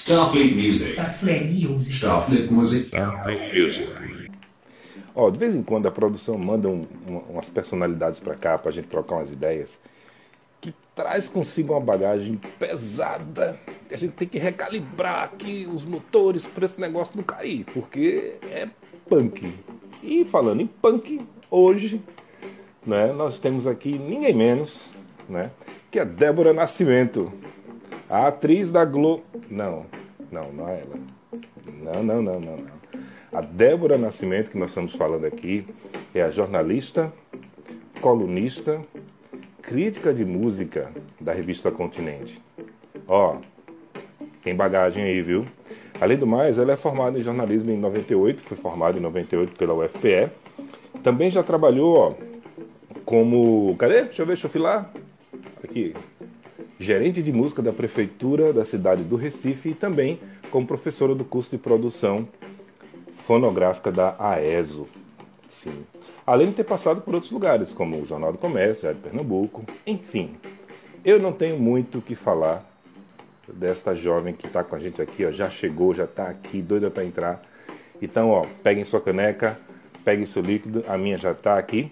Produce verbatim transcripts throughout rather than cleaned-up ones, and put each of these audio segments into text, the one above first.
Starfleet Music. Starfleet Music. Starfleet Music. Starfleet Music. Ó, de vez em quando a produção manda um, um, umas personalidades pra cá pra gente trocar umas ideias que traz consigo uma bagagem pesada que a gente tem que recalibrar aqui os motores para esse negócio não cair, porque é punk. E falando em punk, hoje, né, nós temos aqui ninguém menos, né, que a Débora Nascimento, a atriz da Globo. Não, não, não é ela. Não, não, não, não, não. A Débora Nascimento, que nós estamos falando aqui, é a jornalista, colunista, crítica de música da revista Continente. Ó, tem bagagem aí, viu? Além do mais, ela é formada em jornalismo em noventa e oito, foi formada em noventa e oito pela U F P E. Também já trabalhou, ó, como... Cadê? Deixa eu ver, deixa eu filar. Aqui. Gerente de música da prefeitura da cidade do Recife e também como professora do curso de produção fonográfica da AESO. Sim. Além de ter passado por outros lugares, como o Jornal do Comércio, Diário de Pernambuco, enfim. Eu não tenho muito o que falar desta jovem que está com a gente aqui, ó, já chegou, já está aqui, doida para entrar. Então, ó, peguem sua caneca, peguem seu líquido, a minha já está aqui.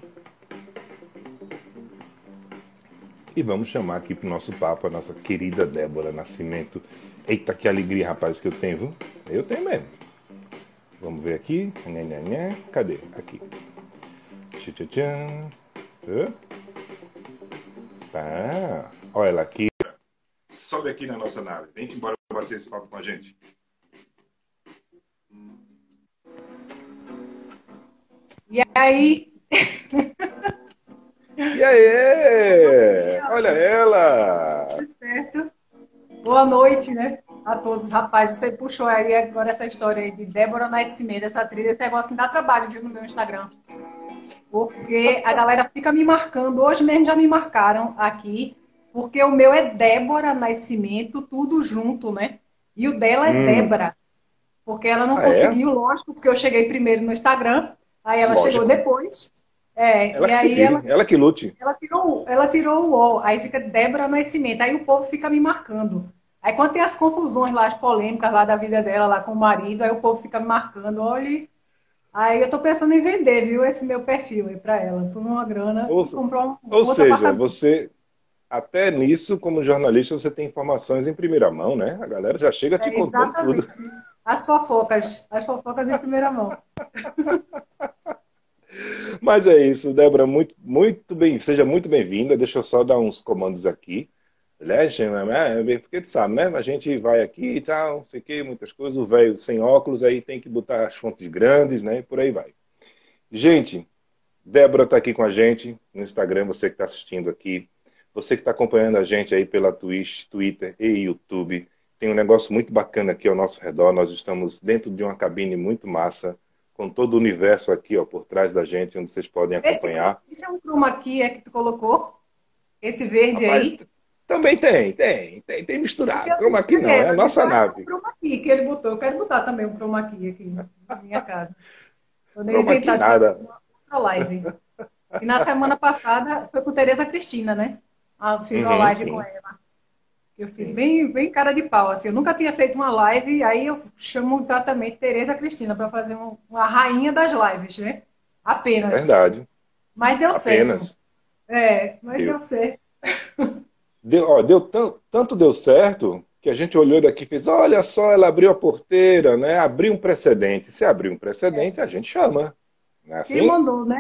E vamos chamar aqui para o nosso papo a nossa querida Débora Nascimento. Eita, que alegria, rapaz, que eu tenho, viu? Eu tenho mesmo. Vamos ver aqui. Cadê? Aqui. Tchan. Tá. Olha ela aqui. Sobe aqui na nossa nave. Vem embora bater esse papo com a gente. E aí? E aí? Olha ela! Certo. Boa noite, né? A todos, rapaz. Você puxou aí agora essa história aí de Débora Nascimento, essa atriz, esse negócio me dá trabalho, viu, no meu Instagram. Porque a galera fica me marcando, hoje mesmo já me marcaram aqui, porque o meu é Débora Nascimento, tudo junto, né? E o dela é hum. Débora. Porque ela não ah, conseguiu, é? Lógico, porque eu cheguei primeiro no Instagram, aí ela lógico. Chegou depois. É, ela, e que aí ela, ela que lute. Ela tirou, ela tirou o O, aí fica Débora Nascimento, aí o povo fica me marcando. Aí quando tem as confusões lá, as polêmicas lá da vida dela, lá com o marido, aí o povo fica me marcando, olha. Aí eu tô pensando em vender, viu, esse meu perfil aí pra ela, por uma grana, ou, comprar um Ou seja, você, até nisso, como jornalista, você tem informações em primeira mão, né? A galera já chega te é, contando tudo. As fofocas, as fofocas em primeira mão. Mas é isso, Débora, muito, muito bem, seja muito bem-vinda. Deixa eu só dar uns comandos aqui. Porque tu sabe, né? A gente vai aqui e tal, não sei o que, muitas coisas. O velho sem óculos, aí tem que botar as fontes grandes, né? E por aí vai. Gente, Débora está aqui com a gente no Instagram, você que está assistindo aqui. Você que está acompanhando a gente aí pela Twitch, Twitter e YouTube. Tem um negócio muito bacana aqui ao nosso redor. Nós estamos dentro de uma cabine muito massa, com todo o universo aqui, ó, por trás da gente, onde vocês podem acompanhar. Esse, esse é um chroma key é que tu colocou? Esse verde Rapaz, aí? Também tem, tem, tem, tem misturado. Chroma key não, é a nossa nave. O chroma key que ele botou, eu quero botar também um chroma key aqui na minha casa. Quando ele Chroma key nada. Uma outra live. E na semana passada foi com Tereza Cristina, né? Eu fiz uma uhum, live sim. com ela. Eu fiz bem, bem cara de pau, assim. Eu nunca tinha feito uma live, aí eu chamo exatamente Tereza Cristina para fazer um, uma rainha das lives, né? Apenas. Verdade. Mas deu Apenas. certo. É, mas deu, deu certo. Deu, ó, deu tanto, tanto deu certo que a gente olhou daqui e fez, olha só, ela abriu a porteira, né? Abriu um precedente. Se abrir um precedente, é. a gente chama. Não é assim? Quem mandou, né?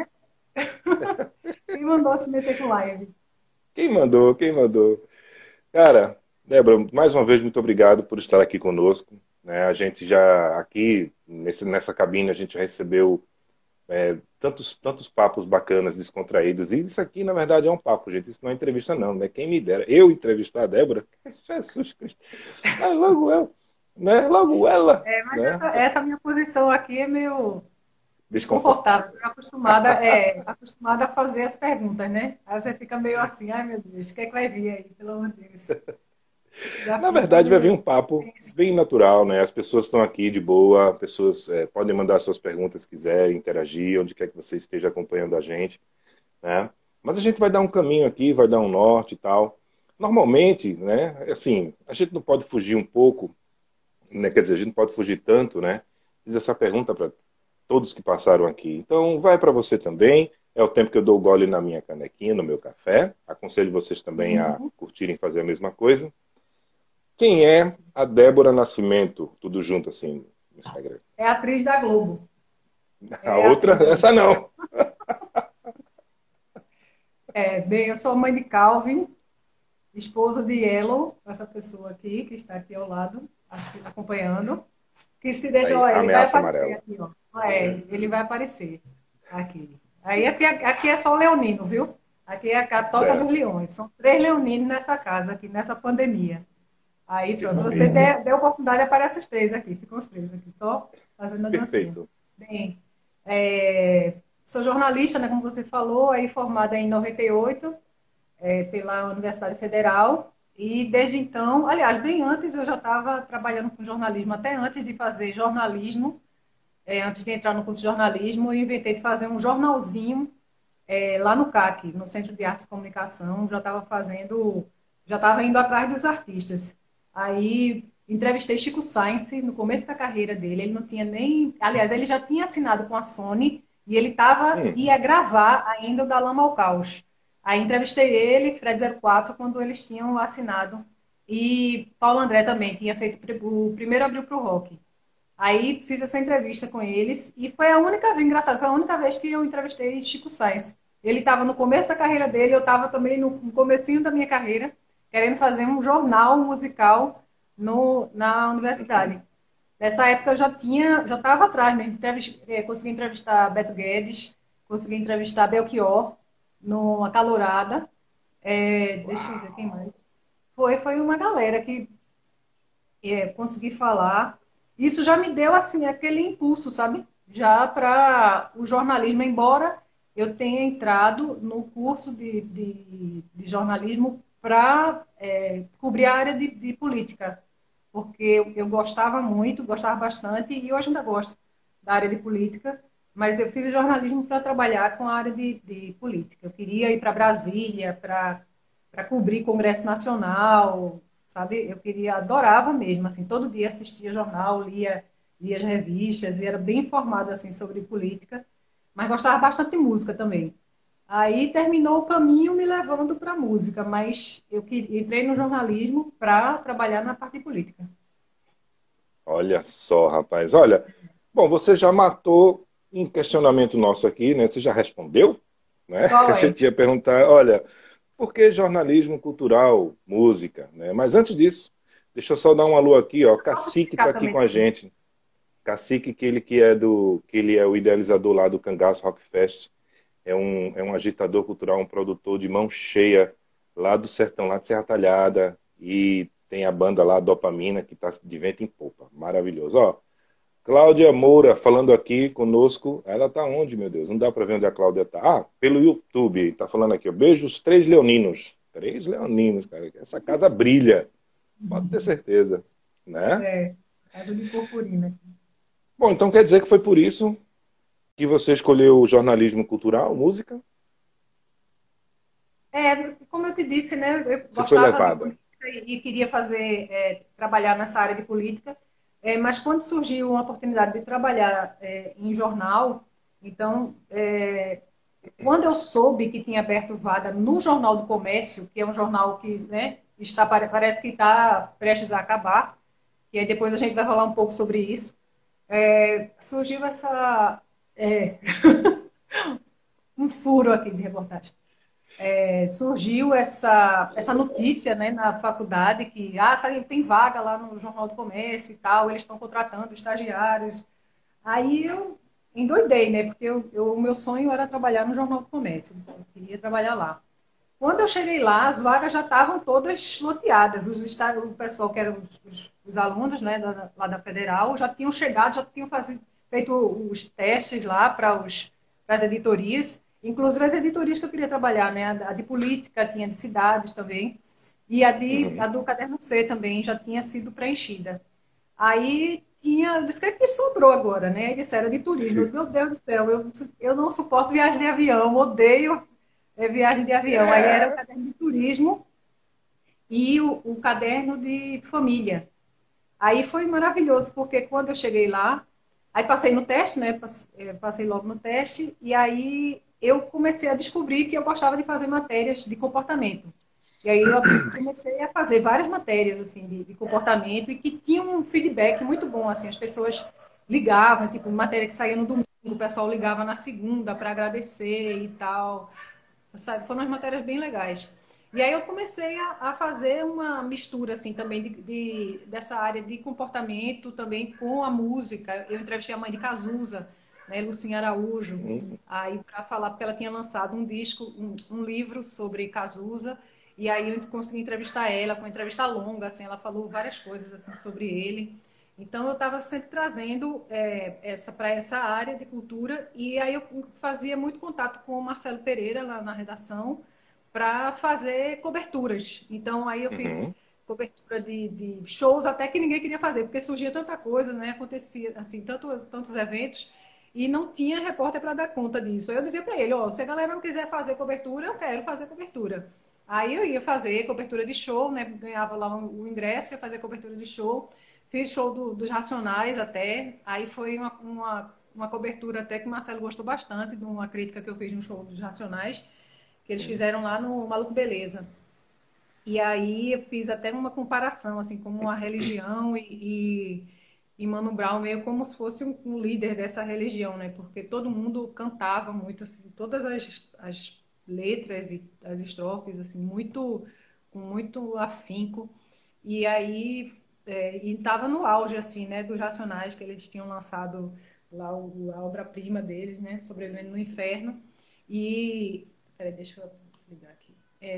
Quem mandou se meter com live? Quem mandou, quem mandou. Cara, Débora, mais uma vez, muito obrigado por estar aqui conosco. Né? A gente já, aqui, nesse, nessa cabine, a gente já recebeu é, tantos, tantos papos bacanas, descontraídos. E isso aqui, na verdade, é um papo, gente. Isso não é entrevista, não. Né? Quem me dera. Eu entrevistar a Débora? Jesus Cristo. Ah, logo eu. Né? Logo ela. É, mas né? essa, essa minha posição aqui é meio desconfortável. Eu acostumada, é, acostumada a fazer as perguntas, né? Aí você fica meio assim, ai meu Deus, o que é que vai vir aí, pelo amor de Deus. Já Na verdade, vai vir um papo bem natural, né? As pessoas estão aqui de boa, pessoas é, podem mandar suas perguntas se quiserem, interagir, onde quer que você esteja acompanhando a gente, né? Mas a gente vai dar um caminho aqui, vai dar um norte e tal. Normalmente, né? Assim, a gente não pode fugir um pouco né? Quer dizer, a gente não pode fugir tanto, né? Fiz essa pergunta para todos que passaram aqui. Então, vai para você também. É o tempo que eu dou gole na minha canequinha, no meu café. Aconselho vocês também a Uhum. curtirem fazer a mesma coisa. Quem é a Débora Nascimento? Tudo junto assim no Instagram. É atriz da Globo. A É outra, atriz da essa Globo. não. É, bem, eu sou mãe de Calvin, esposa de Yellow, essa pessoa aqui, que está aqui ao lado, assim, acompanhando. Que se deixa, Aí, ó, ele vai ameaça aparecer amarela. aqui, ó. É, ele vai aparecer aqui. Aí aqui, aqui é só o leonino, viu? Aqui é a Toca dos Certo. Leões. São três leoninos nessa casa, aqui, nessa pandemia. Aí, Que pronto, se você maravilha. der, der oportunidade, aparece os três aqui. Ficam os três aqui, só fazendo a dancinha. Perfeito. Bem, é, sou jornalista, né, como você falou, aí formada em noventa e oito, é, pela Universidade Federal. E desde então, aliás, bem antes eu já estava trabalhando com jornalismo, até antes de fazer jornalismo, é, antes de entrar no curso de jornalismo, eu inventei de fazer um jornalzinho é, lá no C A C, no Centro de Artes e Comunicação, já estava fazendo, já estava indo atrás dos artistas. Aí entrevistei Chico Science no começo da carreira dele, ele não tinha nem, aliás, ele já tinha assinado com a Sony e ele tava, Hum, ia gravar ainda o da Lama ao Caos. Aí entrevistei ele, Fred zero quatro, quando eles tinham assinado. E Paulo André também tinha feito o primeiro abril para o rock. Aí fiz essa entrevista com eles e foi a única vez, engraçado, foi a única vez que eu entrevistei Chico Sainz. Ele estava no começo da carreira dele, eu estava também no comecinho da minha carreira, querendo fazer um jornal musical no, na universidade. Nessa época eu já tinha, já estava atrás mesmo, entrevist, eh, consegui entrevistar Beto Guedes, consegui entrevistar Belchior no Acalorada. É, deixa eu ver quem mais. Foi, foi uma galera que é, consegui falar. Isso já me deu assim aquele impulso, sabe? Já para o jornalismo, embora eu tenha entrado no curso de, de, de jornalismo para é, cobrir a área de, de política, porque eu, eu gostava muito, gostava bastante e hoje ainda gosto da área de política, mas eu fiz jornalismo para trabalhar com a área de, de política. Eu queria ir para Brasília para para cobrir Congresso Nacional, sabe? Eu queria, adorava mesmo, assim, todo dia assistia jornal, lia, lia as revistas e era bem informada, assim, sobre política, mas gostava bastante de música também. Aí terminou o caminho me levando para a música, mas eu que- entrei no jornalismo para trabalhar na parte de política. olha só, rapaz. Olha, bom, você já matou um questionamento nosso aqui, né? Você já respondeu, né? Qual A é? gente ia perguntar, olha, por que jornalismo cultural, música, né? Mas antes disso, deixa eu só dar um alô aqui, ó. Posso Cacique está explicar aqui também com a depois. gente. Cacique, que ele que é do, que ele é o idealizador lá do Cangaço Rock Fest, é um, é um agitador cultural, um produtor de mão cheia lá do sertão, lá de Serra Talhada, e tem a banda lá, Dopamina, que está de vento em popa. Maravilhoso. Ó, Cláudia Moura falando aqui conosco. Ela tá onde, meu Deus? Não dá para ver onde a Cláudia tá. Ah, pelo YouTube. Tá falando aqui, ó. Beijos, três leoninos. Três leoninos, cara. Essa casa brilha. Pode ter certeza, né? É, casa de purpurina. Bom, então quer dizer que foi por isso que você escolheu o jornalismo cultural, música? É, como eu te disse, né, eu Você foi gostava de levada. política e, e queria fazer, é, trabalhar nessa área de política, é, mas quando surgiu uma oportunidade de trabalhar é, em jornal, então, é, quando eu soube que tinha aberto vaga no Jornal do Comércio, que é um jornal que, né, está, parece que está prestes a acabar, e aí depois a gente vai falar um pouco sobre isso, é, surgiu essa, é, um furo aqui de reportagem. É, surgiu essa, essa notícia, né, na faculdade que ah, tá, tem vaga lá no Jornal do Comércio e tal, eles estão contratando estagiários. Aí eu endoidei, né? Porque eu, eu, o meu sonho era trabalhar no Jornal do Comércio, então eu queria trabalhar lá. Quando eu cheguei lá, as vagas já estavam todas loteadas. Os, o pessoal que eram os, os, os alunos, né, da, lá da Federal já tinham chegado, já tinham fazido, feito os testes lá para as editorias. Inclusive as editorias que eu queria trabalhar, né? A de política, tinha de cidades também. E a, de, a Uhum. do Caderno C também já tinha sido preenchida. Aí tinha, disse que é que sobrou agora, né? Aí disseram de turismo. Eu, meu Deus do céu, eu, eu não suporto viagem de avião, odeio é, viagem de avião. Aí era o É. caderno de turismo e o, o caderno de família. Aí foi maravilhoso, porque quando eu cheguei lá, aí passei no teste, né? Passe- eh, Passei logo no teste, e aí eu comecei a descobrir que eu gostava de fazer matérias de comportamento. E aí eu comecei a fazer várias matérias assim de, de comportamento e que tinham um feedback muito bom, assim, as pessoas ligavam, tipo, matéria que saía no domingo, o pessoal ligava na segunda para agradecer e tal. Sabe? Foram umas matérias bem legais. E aí eu comecei a, a fazer uma mistura assim também de, de- dessa área de comportamento também com a música. Eu entrevistei a mãe de Cazuza, né, Lucinha Araújo, Hum, aí para falar porque ela tinha lançado um disco, um, um livro sobre Cazuza. E aí eu consegui entrevistar ela, foi uma entrevista longa, assim, ela falou várias coisas assim sobre ele. Então eu estava sempre trazendo é, essa para essa área de cultura e aí eu fazia muito contato com o Marcelo Pereira lá na redação para fazer coberturas. Então aí eu fiz uhum. cobertura de, de shows até que ninguém queria fazer porque surgia tanta coisa, né? Acontecia assim tantos tantos eventos e não tinha repórter para dar conta disso. Aí eu dizia para ele, ó, se a galera não quiser fazer cobertura, eu quero fazer cobertura. Aí eu ia fazer cobertura de show, né? Ganhava lá o ingresso, ia fazer cobertura de show. Fiz show do, dos Racionais até. Aí foi uma, uma, uma cobertura até que o Marcelo gostou bastante de uma crítica que eu fiz no show dos Racionais, que eles fizeram lá no Maluco Beleza. E aí eu fiz até uma comparação, assim, como a religião e, e, e Mano Brown meio como se fosse um, um líder dessa religião, né? Porque todo mundo cantava muito, assim, todas as, as letras e as estrofes, assim, muito, com muito afinco. E aí, é, e estava no auge, assim, né, dos Racionais, que eles tinham lançado lá o, a obra-prima deles, né, Sobrevivendo no Inferno. E, peraí, deixa eu ligar aqui.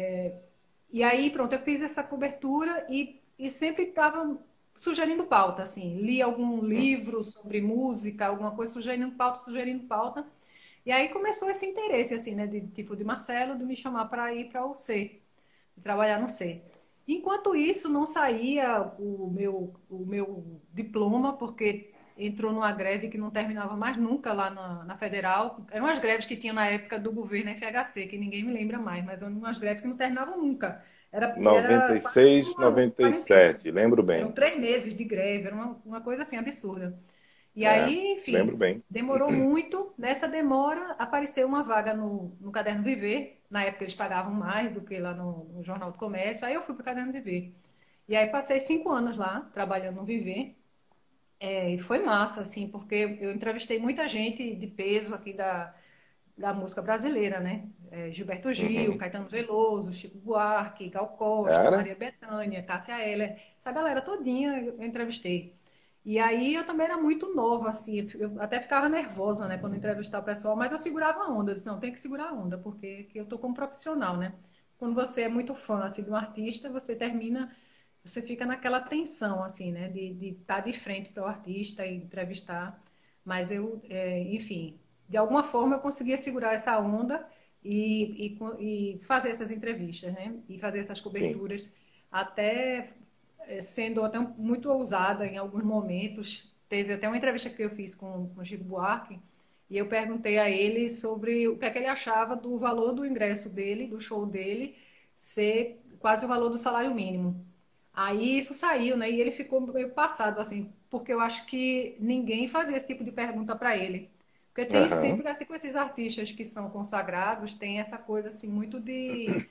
E aí, pronto, eu fiz essa cobertura e, e sempre estava sugerindo pauta, assim, li algum Hum. livro sobre música, alguma coisa, sugerindo pauta, sugerindo pauta. E aí começou esse interesse, assim, né, de tipo de Marcelo, de me chamar para ir para o C, de trabalhar no C. Enquanto isso, não saía o meu, o meu diploma, porque entrou numa greve que não terminava mais nunca lá na, na Federal. Eram umas greves que tinham na época do governo F H C, que ninguém me lembra mais, mas eram umas greves que não terminavam nunca. Era, noventa era e quase seis, como uma noventa e quarentena. sete, lembro Eram bem. três meses de greve, era uma, uma coisa assim absurda. E É, aí, lembro enfim, bem. demorou muito. Nessa demora, apareceu uma vaga no, no Caderno Viver. Na época eles pagavam mais do que lá no, no Jornal do Comércio. Aí eu fui para o Caderno Viver. E aí passei cinco anos lá, trabalhando no Viver. É, e foi massa, assim, porque eu entrevistei muita gente de peso aqui da, da música brasileira, né? É, Gilberto Gil, Uhum. Caetano Veloso, Chico Buarque, Gal Costa, Cara, Maria Bethânia, Cássia Eller. Essa galera todinha eu entrevistei. E aí eu também era muito nova, assim, eu até ficava nervosa, né, quando entrevistava o pessoal, mas eu segurava a onda, eu disse, não, tem que segurar a onda, porque que eu tô como profissional, né? Quando você é muito fã, assim, de um artista, você termina, você fica naquela tensão, assim, né, de de estar de frente para o artista e entrevistar, mas eu, é, enfim, de alguma forma eu conseguia segurar essa onda e, e, e fazer essas entrevistas, né, e fazer essas sim. coberturas até eh, sendo até um- muito ousada em alguns momentos. Teve até uma entrevista que eu fiz com, com o Chico Buarque e eu perguntei a ele sobre o que é que ele achava do valor do ingresso dele, do show dele, ser quase o valor do salário mínimo. Aí isso saiu, né? E ele ficou meio passado, assim, porque eu acho que ninguém fazia esse tipo de pergunta para ele. Porque tem Aham, sempre, assim, com esses artistas que são consagrados, tem essa coisa, assim, muito de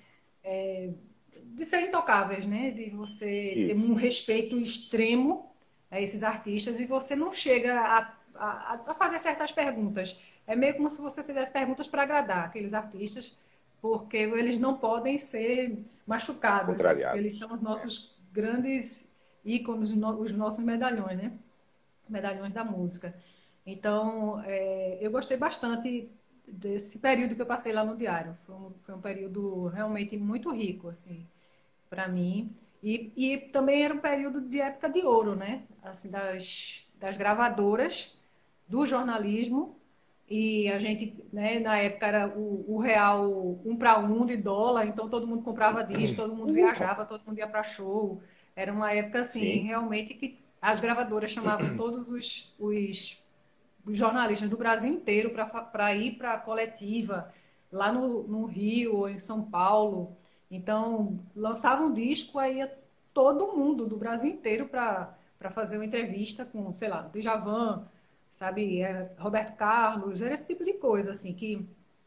de serem intocáveis, né? De você ter isso. um respeito extremo a esses artistas e você não chega a, a, a fazer certas perguntas. É meio como se você fizesse perguntas para agradar aqueles artistas, porque eles não podem ser machucados, né? Porque eles Contrariados. são os nossos grandes ícones, os nossos medalhões, né? Medalhões da música. Então, é, eu gostei bastante desse período que eu passei lá no Diário. Foi um, foi um período realmente muito rico, assim, para mim. E, e também era um período de época de ouro, né? Assim, das, das gravadoras, do jornalismo. E a gente, né, na época era o, o real um para um de dólar, então todo mundo comprava disco, todo mundo Uh, viajava, todo mundo ia para show. Era uma época, assim, sim, realmente que as gravadoras chamavam todos os, os, os jornalistas do Brasil inteiro para ir para a coletiva, lá no, no Rio ou em São Paulo. Então, lançava um disco, aí ia todo mundo do Brasil inteiro para para fazer uma entrevista com, sei lá, Djavan, sabe, é, Roberto Carlos, era esse tipo de coisa, assim, que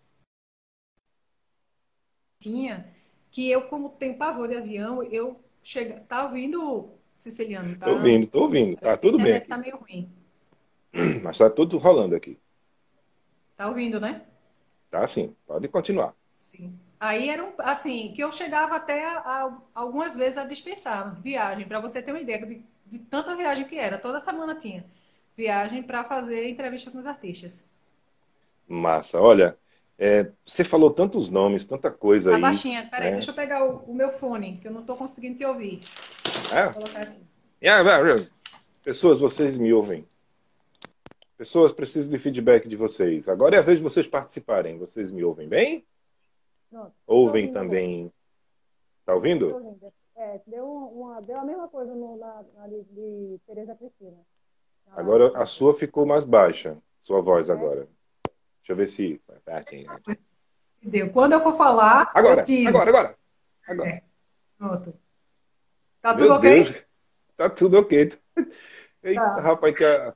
tinha, que eu, como tenho pavor de avião, eu chega, tá ouvindo, Siciliano, Tô tá? ouvindo, tô ouvindo. Tá Parece que a tudo bem internet tá aqui. meio ruim. Mas tá tudo rolando aqui. Tá ouvindo, né? Tá assim, pode continuar. Sim. Aí era um, assim, que eu chegava até a, a- algumas vezes a dispensar viagem, para você ter uma ideia de, de tanta viagem que era. Toda semana tinha viagem para fazer entrevista com os artistas. Massa. Olha, é, você falou tantos nomes, tanta coisa Tá aí, baixinha, peraí, né? deixa eu pegar o, o meu fone, que eu não estou conseguindo te ouvir. É, Vou colocar aqui. é, é, é. Pessoas, vocês me ouvem. Pessoas, preciso de feedback de vocês. Agora é a vez de vocês participarem. Vocês me ouvem bem? Pronto, tô Ouvem ouvindo agora. também. Tá Tô ouvindo? ouvindo. É, deu, uma, deu a mesma coisa no, na, na de, de Tereza Cristina, na live Agora a aqui. sua ficou mais baixa. Sua voz É? agora. Deixa eu ver se. Entendeu? Quando eu for falar, eu Agora, tiro. agora, agora. Agora. É, pronto. Tá tudo Meu Deus, ok? tá tudo ok. Eita, Tá. rapaz, que a...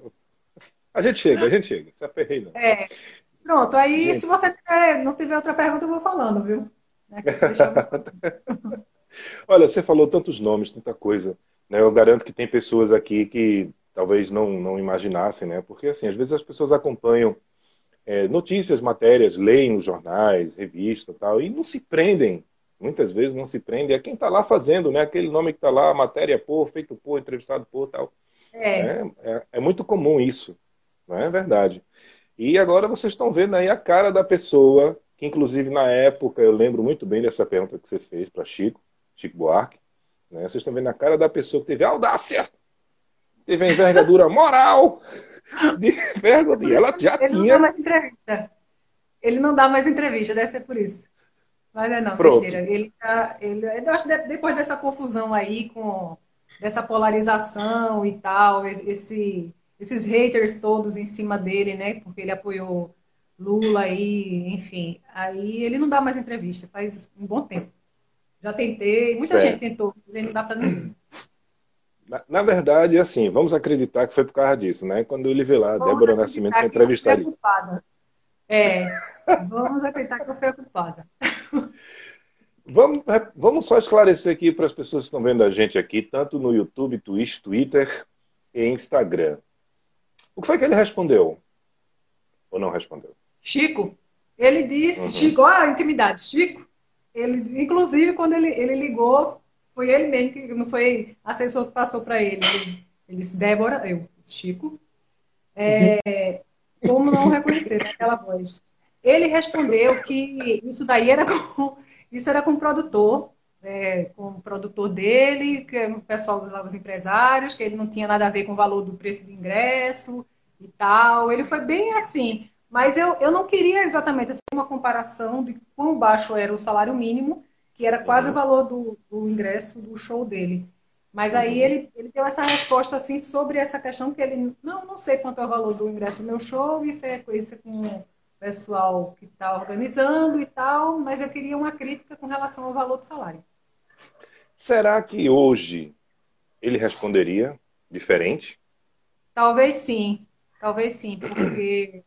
a gente chega, a gente chega. Se aperrei, não. É, pronto. Aí, se Gente, você tiver- não tiver outra pergunta, eu vou falando, viu? Né, que você deixar eu vou falando. olha, você falou tantos nomes, tanta coisa, né? Eu garanto que tem pessoas aqui que talvez não, não imaginassem, né? Porque, assim, às vezes as pessoas acompanham é, notícias, matérias, leem nos jornais, revistas e tal, e não se prendem. Muitas vezes não se prendem. É quem está lá fazendo, né? Aquele nome que está lá, matéria por, feito por, entrevistado por, tal. É, Né? É, é muito comum isso, não é verdade? E agora vocês estão vendo aí a cara da pessoa, que inclusive na época, eu lembro muito bem dessa pergunta que você fez para Chico, Chico Buarque, né? Vocês estão vendo a cara da pessoa que teve a audácia, teve a envergadura moral de por vergonha. isso Ela que já ele não dá tinha, mais entrevista. Ele não dá mais entrevista, deve ser por isso. Mas é não, pronto, besteira. Ele tá, ele, eu acho que de- depois dessa confusão aí com dessa polarização e tal, esse, esses haters todos em cima dele, né? Porque ele apoiou Lula aí, enfim. Aí ele não dá mais entrevista, faz um bom tempo. Já tentei, muita gente certo. tentou, ele não dá para ninguém. Na, na verdade, assim, vamos acreditar que foi por causa disso, né? Quando ele vê lá a Vamos Débora Nascimento acreditar para que eu fui entrevistar a ele. culpada. É, vamos acreditar que eu fui a culpada. Vamos, vamos só esclarecer aqui para as pessoas que estão vendo a gente aqui, tanto no YouTube, Twitch, Twitter e Instagram. O que foi que ele respondeu? Ou não respondeu? Chico, ele disse, Uhum. Chico, olha a intimidade, Chico, ele, inclusive quando ele, ele ligou, foi ele mesmo que não foi assessor que passou para ele. ele. Ele disse, Débora, eu, Chico, como não reconhecer aquela voz? Ele respondeu que isso daí era com, isso era com o produtor, é, com o produtor dele, que é o pessoal dos os empresários, que ele não tinha nada a ver com o valor do preço do ingresso e tal. Ele foi bem assim. Mas eu, eu não queria exatamente assim, uma comparação de quão baixo era o salário mínimo, que era quase o Uhum. valor do, do ingresso do show dele. Mas aí Uhum. ele, ele deu essa resposta assim sobre essa questão que ele não, não sei quanto é o valor do ingresso do meu show, isso é coisa com o pessoal que está organizando e tal, mas eu queria uma crítica com relação ao valor do salário. Será que hoje ele responderia diferente? Talvez sim, talvez sim, porque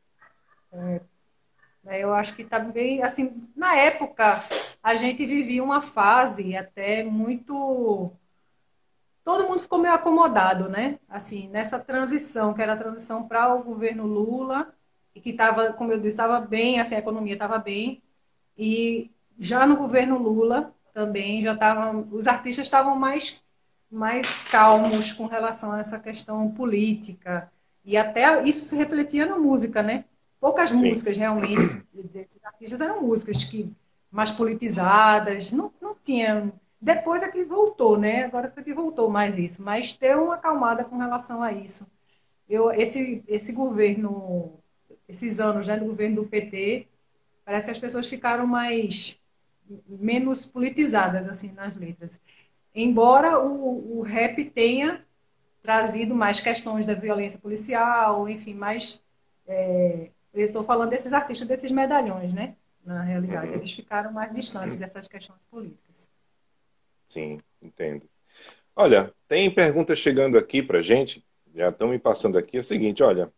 né, eu acho que está bem, assim, na época a gente vivia uma fase até muito todo mundo ficou meio acomodado, né? Assim, nessa transição, que era a transição para o governo Lula, e que estava, como eu disse, estava bem, assim, a economia estava bem, e já no governo Lula também já estavam, os artistas estavam mais, mais calmos com relação a essa questão política, e até isso se refletia na música, né? Poucas Sim. músicas realmente desses artistas eram músicas que mais politizadas, não, não tinha depois é que voltou, né? Agora foi que voltou mais isso, mas deu uma acalmada com relação a isso. Eu, esse, esse governo, esses anos né, do governo do P T, parece que as pessoas ficaram mais menos politizadas assim nas letras. Embora o, o rap tenha trazido mais questões da violência policial, enfim, mais é, eu estou falando desses artistas, desses medalhões, né? Na realidade, Uhum. eles ficaram mais distantes dessas questões políticas. Sim, entendo. Olha, tem perguntas chegando aqui pra gente, já estão me passando aqui. É o seguinte, olha,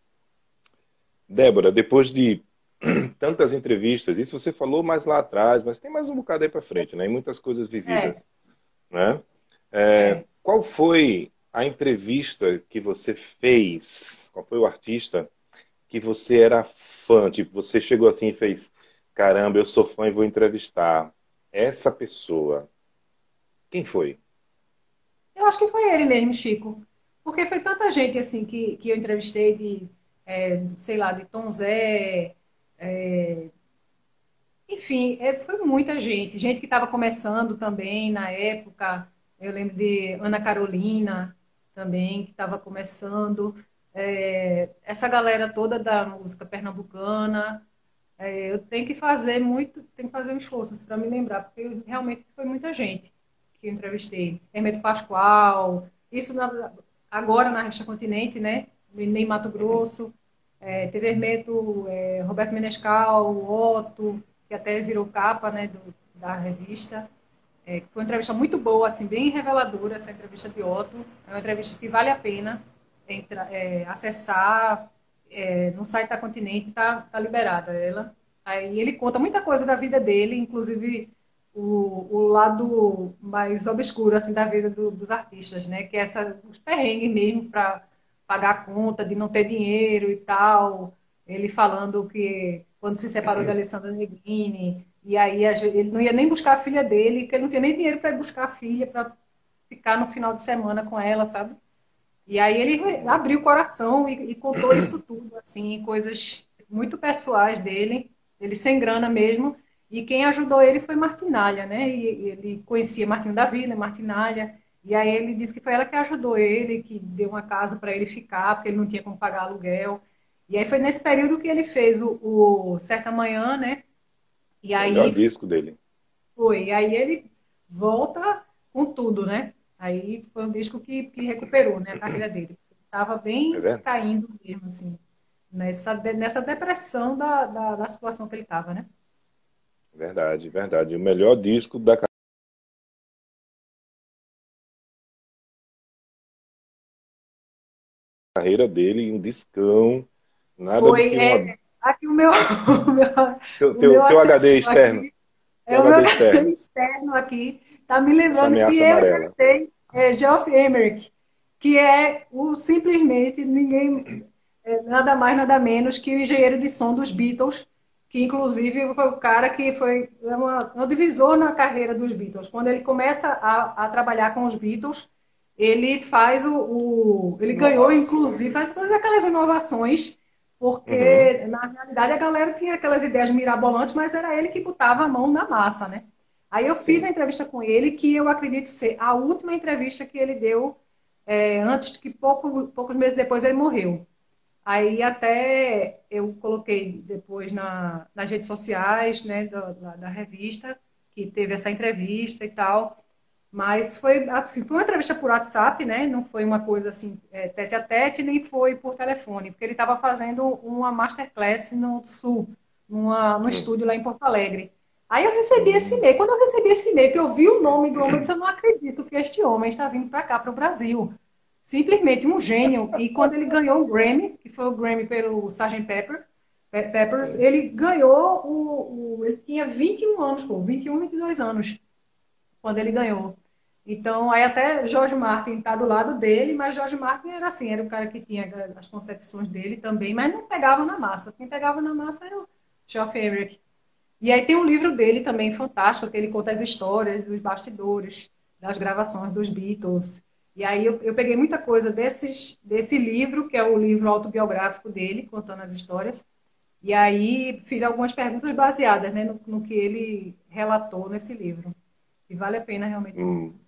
Débora, depois de tantas entrevistas, isso você falou mais lá atrás, mas tem mais um bocado aí pra frente, né? E muitas coisas É, vividas, né? É, é. qual foi a entrevista que você fez? Qual foi o artista que você era fã? Tipo, você chegou assim e fez, caramba, eu sou fã e vou entrevistar essa pessoa. Quem foi? Eu acho que foi ele mesmo, Chico. Porque foi tanta gente assim que, que eu entrevistei de, é, sei lá, de Tom Zé, é, enfim, é, foi muita gente. Gente que estava começando também na época. Eu lembro de Ana Carolina também, que estava começando. É, essa galera toda da música pernambucana. É, eu tenho que fazer muito, tenho que fazer um esforço para me lembrar, porque realmente foi muita gente que eu entrevistei. Hermeto Pascoal, isso na- agora na Revista Continente, né? Em Mato Uhum. Grosso. É, teve Hermeto, é, Roberto Menescal, Otto, que até virou capa, né, do, da revista. É, foi uma entrevista muito boa, assim, bem reveladora, essa entrevista de Otto. É uma entrevista que vale a pena entra, é, acessar. É, no site da Continente está tá liberada ela. Aí ele conta muita coisa da vida dele, inclusive o, o lado mais obscuro assim da vida do, dos artistas, né? Que é essa, os perrengues mesmo para pagar a conta, de não ter dinheiro e tal. Ele falando que quando se separou da Alessandra Negrini, e aí ele não ia nem buscar a filha dele, que ele não tinha nem dinheiro para ir buscar a filha, para ficar no final de semana com ela, sabe? E aí ele abriu o coração e, e contou isso tudo, assim, coisas muito pessoais dele, ele sem grana mesmo. E quem ajudou ele foi Martinalha, né? E ele conhecia Martinho da Vila, Martinalha. E aí ele disse que foi ela que ajudou ele, que deu uma casa para ele ficar, porque ele não tinha como pagar aluguel. E aí foi nesse período que ele fez o, o Certa Manhã, né? E Melhor aí disco dele. foi. E aí ele volta com tudo, né? Aí foi um disco que, que recuperou, né, a carreira dele. Estava É bem verdade? caindo mesmo, assim, nessa, de- nessa depressão da, da, da situação que ele estava, né? Verdade, verdade. O melhor disco da carreira dele, um discão, nada do Foi, que uma. é, aqui o meu, o meu, Teu, o meu teu, teu H D assessor externo, aqui, teu é o meu H D externo, externo aqui, tá me essa lembrando que ameaça eu amarela. entrevistei é, Geoff Emerick, que é o simplesmente ninguém, é, nada mais, nada menos que o engenheiro de som dos Beatles, que inclusive foi o cara que foi uma, um divisor na carreira dos Beatles. Quando ele começa a, a trabalhar com os Beatles, ele faz o, o ele ganhou, inclusive, faz todas aquelas inovações, Uhum, porque na realidade a galera tinha aquelas ideias mirabolantes, mas era ele que botava a mão na massa, né? Aí eu fiz a sim. entrevista com ele, que eu acredito ser a última entrevista que ele deu, é, antes que pouco, poucos meses depois ele morreu. Aí até eu coloquei depois na, nas redes sociais, né, da, da, da revista, que teve essa entrevista e tal. Mas foi, assim, foi uma entrevista por WhatsApp, né? Não foi uma coisa assim, é, tete a tete, nem foi por telefone, porque ele estava fazendo uma masterclass no Sul, numa, no Hum, estúdio lá em Porto Alegre. Aí eu recebi esse hum, e-mail. Quando eu recebi esse e-mail, que eu vi o nome do homem, eu disse, eu não acredito que este homem está vindo para cá, para o Brasil. Simplesmente um gênio. E quando ele ganhou o Grammy, que foi o Grammy pelo sargento Pepper, Pe- Peppers, sim. ele ganhou o, o- ele tinha vinte e um anos, pô, vinte e um, vinte e dois anos, quando ele ganhou. Então, aí até George Martin está do lado dele, mas George Martin era assim, era o cara que tinha as concepções dele também, mas não pegava na massa. Quem pegava na massa era o Geoff Emerick. E aí tem um livro dele também fantástico, que ele conta as histórias dos bastidores, das gravações dos Beatles. E aí eu, eu peguei muita coisa desses, desse livro, que é o livro autobiográfico dele, contando as histórias. E aí fiz algumas perguntas baseadas, né, no, no que ele relatou nesse livro. E vale a pena realmente ouvir. Hum.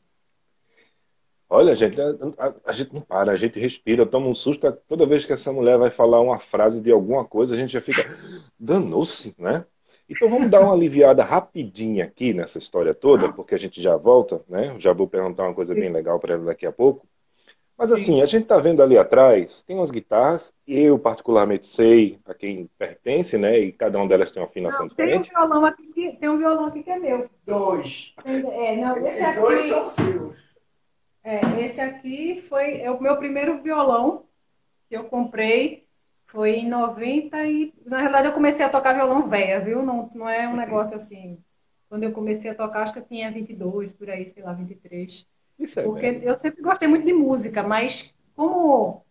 Olha, gente, a, a- a gente não para, a gente respira, toma um susto. Toda vez que essa mulher vai falar uma frase de alguma coisa, a gente já fica, danou-se, né? Então vamos dar uma aliviada rapidinha aqui nessa história toda, porque a gente já volta, né? Já vou perguntar uma coisa bem legal para ela daqui a pouco. Mas assim, Sim. a gente está vendo ali atrás, tem umas guitarras, e eu particularmente sei a quem pertence, né? E cada uma delas tem uma afinação Não, tem um diferente. violão aqui que, tem um violão aqui que é meu. Dois. Tem- É, não, esse Esses dois aqui, são seus. É, esse aqui foi é o meu primeiro violão que eu comprei. Foi em noventa e... Na realidade, eu comecei a tocar violão véia, viu? Não, não é um negócio assim... Quando eu comecei a tocar, acho que eu tinha vinte e dois, por aí, sei lá, vinte e três. Isso é Porque velho. eu sempre gostei muito de música, mas como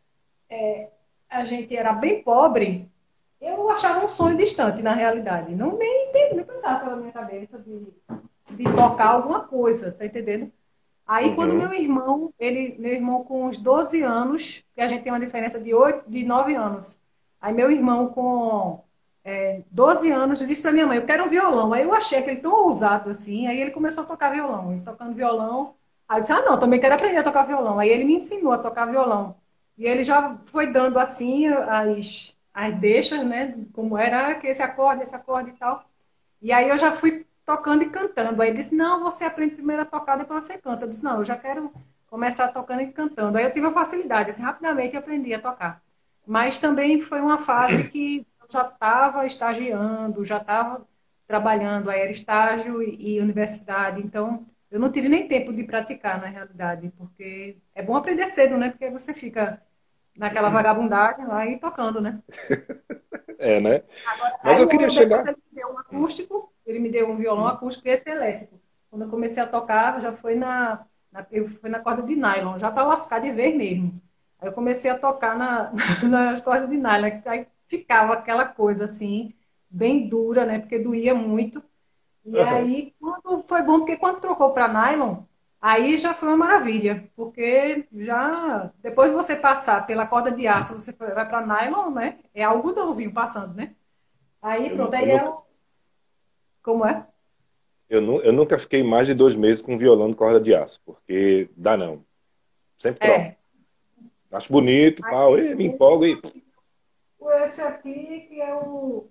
a gente era bem pobre, eu achava um sonho distante, na realidade. Não nem, nem, nem passava pela minha cabeça de, de tocar alguma coisa, tá entendendo? Aí, quando Uhum. meu irmão, ele, meu irmão com uns doze anos, que a gente tem uma diferença de oito, de nove anos. Aí, meu irmão com é, doze anos disse para minha mãe: Eu quero um violão. Aí, eu achei aquele tão ousado assim. Aí, ele começou a tocar violão. Ele tocando violão. Aí, eu disse: Ah, não, também quero aprender a tocar violão. Aí, ele me ensinou a tocar violão. E ele já foi dando assim as, as deixas, né? Como era que esse acorde, esse acorde e tal. E aí eu já fui tocando e cantando. Aí ele disse, não, você aprende primeiro a tocar, depois você canta. Eu disse, não, eu já quero começar tocando e cantando. Aí eu tive a facilidade, assim, rapidamente eu aprendi a tocar. Mas também foi uma fase que eu já estava estagiando, já estava trabalhando, aí era estágio e, e universidade, então eu não tive nem tempo de praticar, na realidade, porque é bom aprender cedo, né? Porque aí você fica naquela vagabundagem lá e tocando, né? É, né? Mas Aí eu queria eu, depois chegar. ele me deu um acústico, ele me deu um violão Hum. acústico e esse elétrico. Quando eu comecei a tocar, já foi na, na, eu fui na corda de nylon, já para lascar de vez mesmo. Aí eu comecei a tocar na, nas cordas de nylon, aí ficava aquela coisa assim, bem dura, né? Porque doía muito. E Aham. aí, quando foi bom, porque quando trocou para nylon, aí já foi uma maravilha, porque já depois de você passar pela corda de aço, você vai para nylon, né? É algodãozinho passando, né? Aí Eu, pronto, nu- eu aí nunca, ela. Como é? eu, nu- eu nunca fiquei mais de dois meses com violão de corda de aço, porque dá não. Sempre troco. É. Acho bonito, Aí pau, e me empolgo e. esse aqui que é o.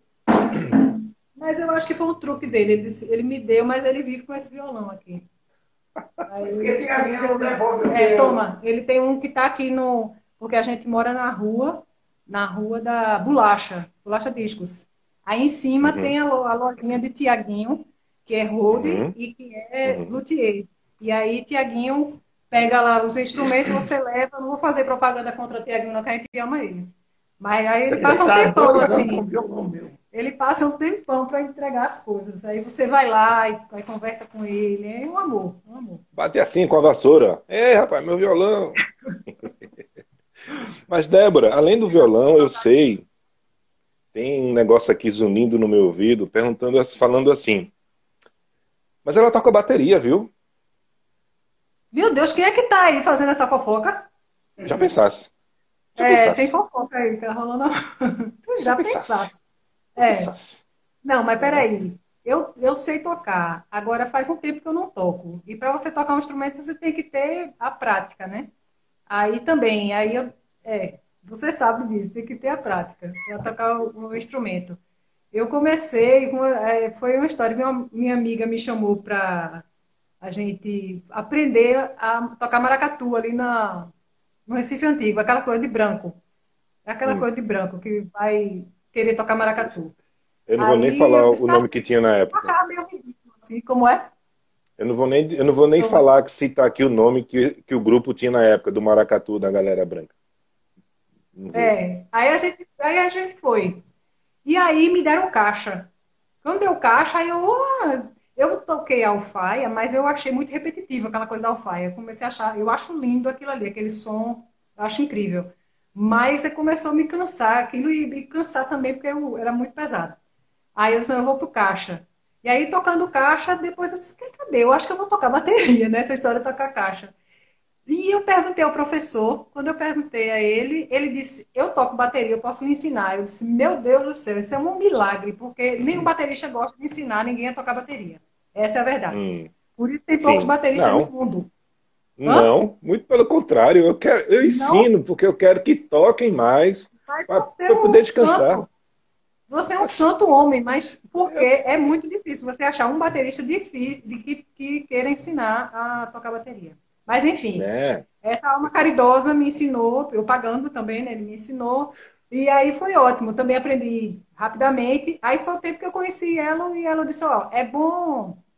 Mas eu acho que foi um truque dele. Ele, disse- ele me deu, mas ele vive com esse violão aqui. Aí Porque ele tem a minha não devolve o é, meu. toma, ele tem um que tá aqui no. Porque a gente mora na rua, na rua da Bolacha, Bolacha Discos. Aí em cima tem Uhum, a, lo- a lojinha de Tiaguinho, que é road uhum, e que é uhum. luthier. E aí Tiaguinho pega lá os instrumentos, você leva. Eu não vou fazer propaganda contra Tiaguinho, não, que a gente ama ele. Mas aí ele Ele passa um tá tempão doido para comprar assim. um violão meu. Ele passa um tempão para entregar as coisas. Aí você vai lá e, aí conversa com ele. É um amor, um amor. Bate assim com a vassoura. Ei, rapaz, meu violão. Mas, Débora, além do violão, eu sei, tem um negócio aqui zunindo no meu ouvido, perguntando, falando assim. Mas ela toca bateria, viu? Meu Deus, quem é que tá aí fazendo essa fofoca? Já pensasse. Já É, tem pensasse. fofoca aí, tá rolando. Tu Já já pensasse. pensaste. Já É. pensasse. Não, mas Né? peraí. Eu, eu sei tocar. Agora faz um tempo que eu não toco. E para você tocar um instrumento, você tem que ter a prática, né? Aí também, aí eu, é, você sabe disso, tem que ter a prática para tocar o, o instrumento. Eu comecei, com, é, foi uma história, minha, minha amiga me chamou para a gente aprender a tocar maracatu ali na, no Recife Antigo, aquela coisa de branco. É aquela Hum. coisa de branco que vai querer tocar maracatu. Eu não vou nem Aí eu falar disse, o tá, nome que tinha na eu época. achava meio ridículo, assim, como é? Eu não vou nem, eu não vou nem Como é? falar que citar aqui o nome que, que o grupo tinha na época do Maracatu da Galera Branca. Não vou. É, aí a gente, aí a gente foi. E aí me deram caixa. Quando deu caixa, aí eu, ah, eu toquei a alfaia, mas eu achei muito repetitivo aquela coisa da alfaia. Eu comecei a achar, eu acho lindo aquilo ali, aquele som, eu acho incrível. Mas aí começou a me cansar, aquilo e me cansar também, porque eu, era muito pesado. Aí eu disse, não, eu vou pro caixa. E aí, tocando caixa, depois eu disse, quer saber, eu acho que eu vou tocar bateria, né? Essa história de tocar caixa. E eu perguntei ao professor, quando eu perguntei a ele, ele disse, eu toco bateria, eu posso lhe ensinar. Eu disse, meu Deus do céu, isso é um milagre, porque nenhum baterista gosta de ensinar ninguém a tocar bateria. Essa é a verdade. Hum, Por isso tem poucos sim. bateristas no Não. mundo. Hã? Não. Muito pelo contrário. Eu quero, eu Não, ensino porque eu quero que toquem mais mas para você é eu um poder descansar. santo. Você é um Oxe, santo homem, mas porque eu- é muito difícil você achar um baterista difícil, de que, que queira ensinar a tocar bateria. Mas, enfim, né? essa alma caridosa me ensinou, eu pagando também, né? Ele me ensinou. E aí foi ótimo. Também aprendi rapidamente. Aí foi o tempo que eu conheci ela e ela disse, ó, é bom.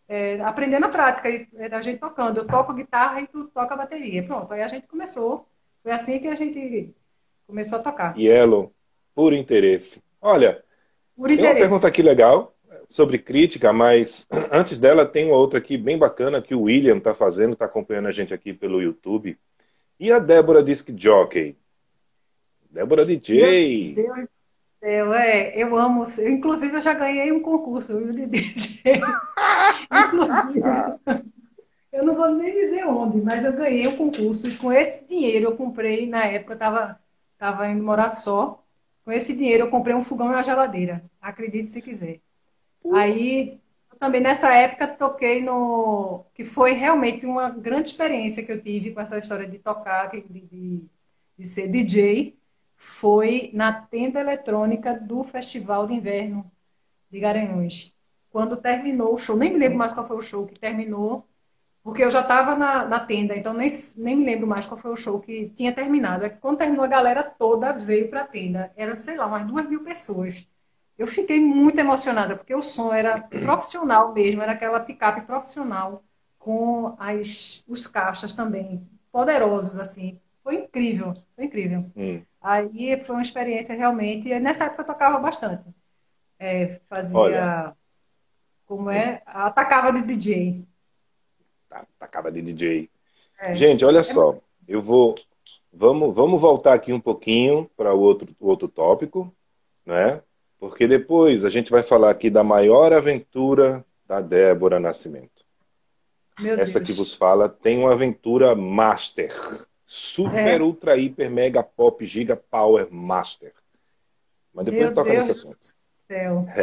é, aprender na prática, e, é, a gente tocando. Eu toco guitarra e tu toca bateria. Pronto, aí a gente começou. Foi assim que a gente começou a tocar. Yellow, por interesse. Olha, Por tem uma pergunta interesse. aqui legal sobre crítica, mas antes dela tem uma outra aqui bem bacana que o William está fazendo, está acompanhando a gente aqui pelo YouTube. E a Débora Disc Jockey? Débora Meu D J. Deus do céu, é, eu amo. Eu, inclusive, eu já ganhei um concurso, viu, de D J. Inclusive, eu não vou nem dizer onde, mas eu ganhei um concurso e com esse dinheiro eu comprei, na época eu estava tava indo morar só. Com esse dinheiro eu comprei um fogão e uma geladeira. Acredite se quiser. Aí, eu também nessa época toquei no... que foi realmente uma grande experiência que eu tive com essa história de tocar, de, de, de ser D J, foi na tenda eletrônica do Festival de Inverno de Garanhuns. Quando terminou o show, nem me lembro mais qual foi o show que terminou, porque eu já estava na, na tenda, então nem, nem me lembro mais qual foi o show que tinha terminado. É que quando terminou, a galera toda veio para a tenda. Era, sei lá, umas duas mil pessoas. Eu fiquei muito emocionada, porque o som era profissional mesmo, era aquela picape profissional, com as, os caixas também, poderosos, assim. Foi incrível, foi incrível. Hum, Aí foi uma experiência realmente, e nessa época eu tocava bastante. É, olha, fazia, como é, atacava de D J. tá, tá cara de D J. É. Gente, olha É, só. Eu vou. Vamos, vamos voltar aqui um pouquinho para o outro, o outro tópico, né? Porque depois a gente vai falar aqui da maior aventura da Débora Nascimento. meu Essa que Deus. vos fala tem uma aventura master. Super, É, ultra, hiper, mega, pop, giga, power, master. Mas depois a gente meu toca nesse Deus do assunto. céu.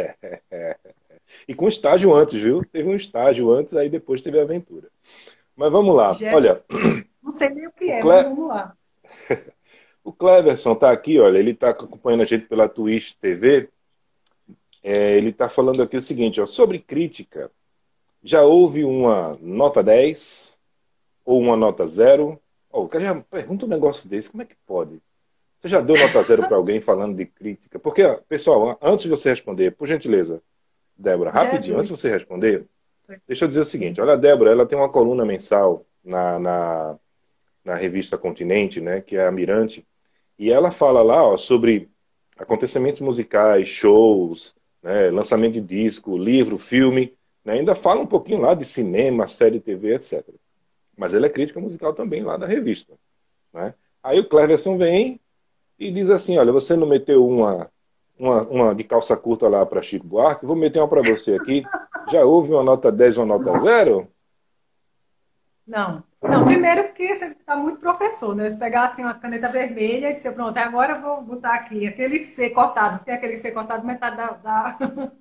E com estágio antes, viu? Teve um estágio antes, aí depois teve a aventura. Mas vamos lá. Já, Olha, não sei nem o que o, é, mas Cle... vamos lá. o Cleverson tá aqui, olha, ele tá acompanhando a gente pela Twitch T V. É, ele tá falando aqui o seguinte, ó, sobre crítica. Já houve uma nota dez ou uma nota zero? Oh, o cara já pergunta um negócio desse, como é que pode? Você já deu nota zero para alguém falando de crítica? Porque, ó, pessoal, antes de você responder, por gentileza, Débora, rapidinho, antes Jesus. de você responder, deixa eu dizer o seguinte, olha, a Débora, ela tem uma coluna mensal na, na, na revista Continente, né, que é a Mirante, e ela fala lá, ó, sobre acontecimentos musicais, shows, né, lançamento de disco, livro, filme, né, ainda fala um pouquinho lá de cinema, série T V, etcétera. Mas ela é crítica musical também lá da revista, né? Aí o Cleverson vem e diz assim, olha, você não meteu uma, uma, uma de calça curta lá para Chico Buarque, vou meter uma para você aqui. Já houve uma nota dez ou uma nota zero? Não. Não, primeiro porque você está muito professor, né? Se pegar assim uma caneta vermelha e dizer, pronto, agora eu vou botar aqui aquele C cortado, tem aquele C cortado metade da, da...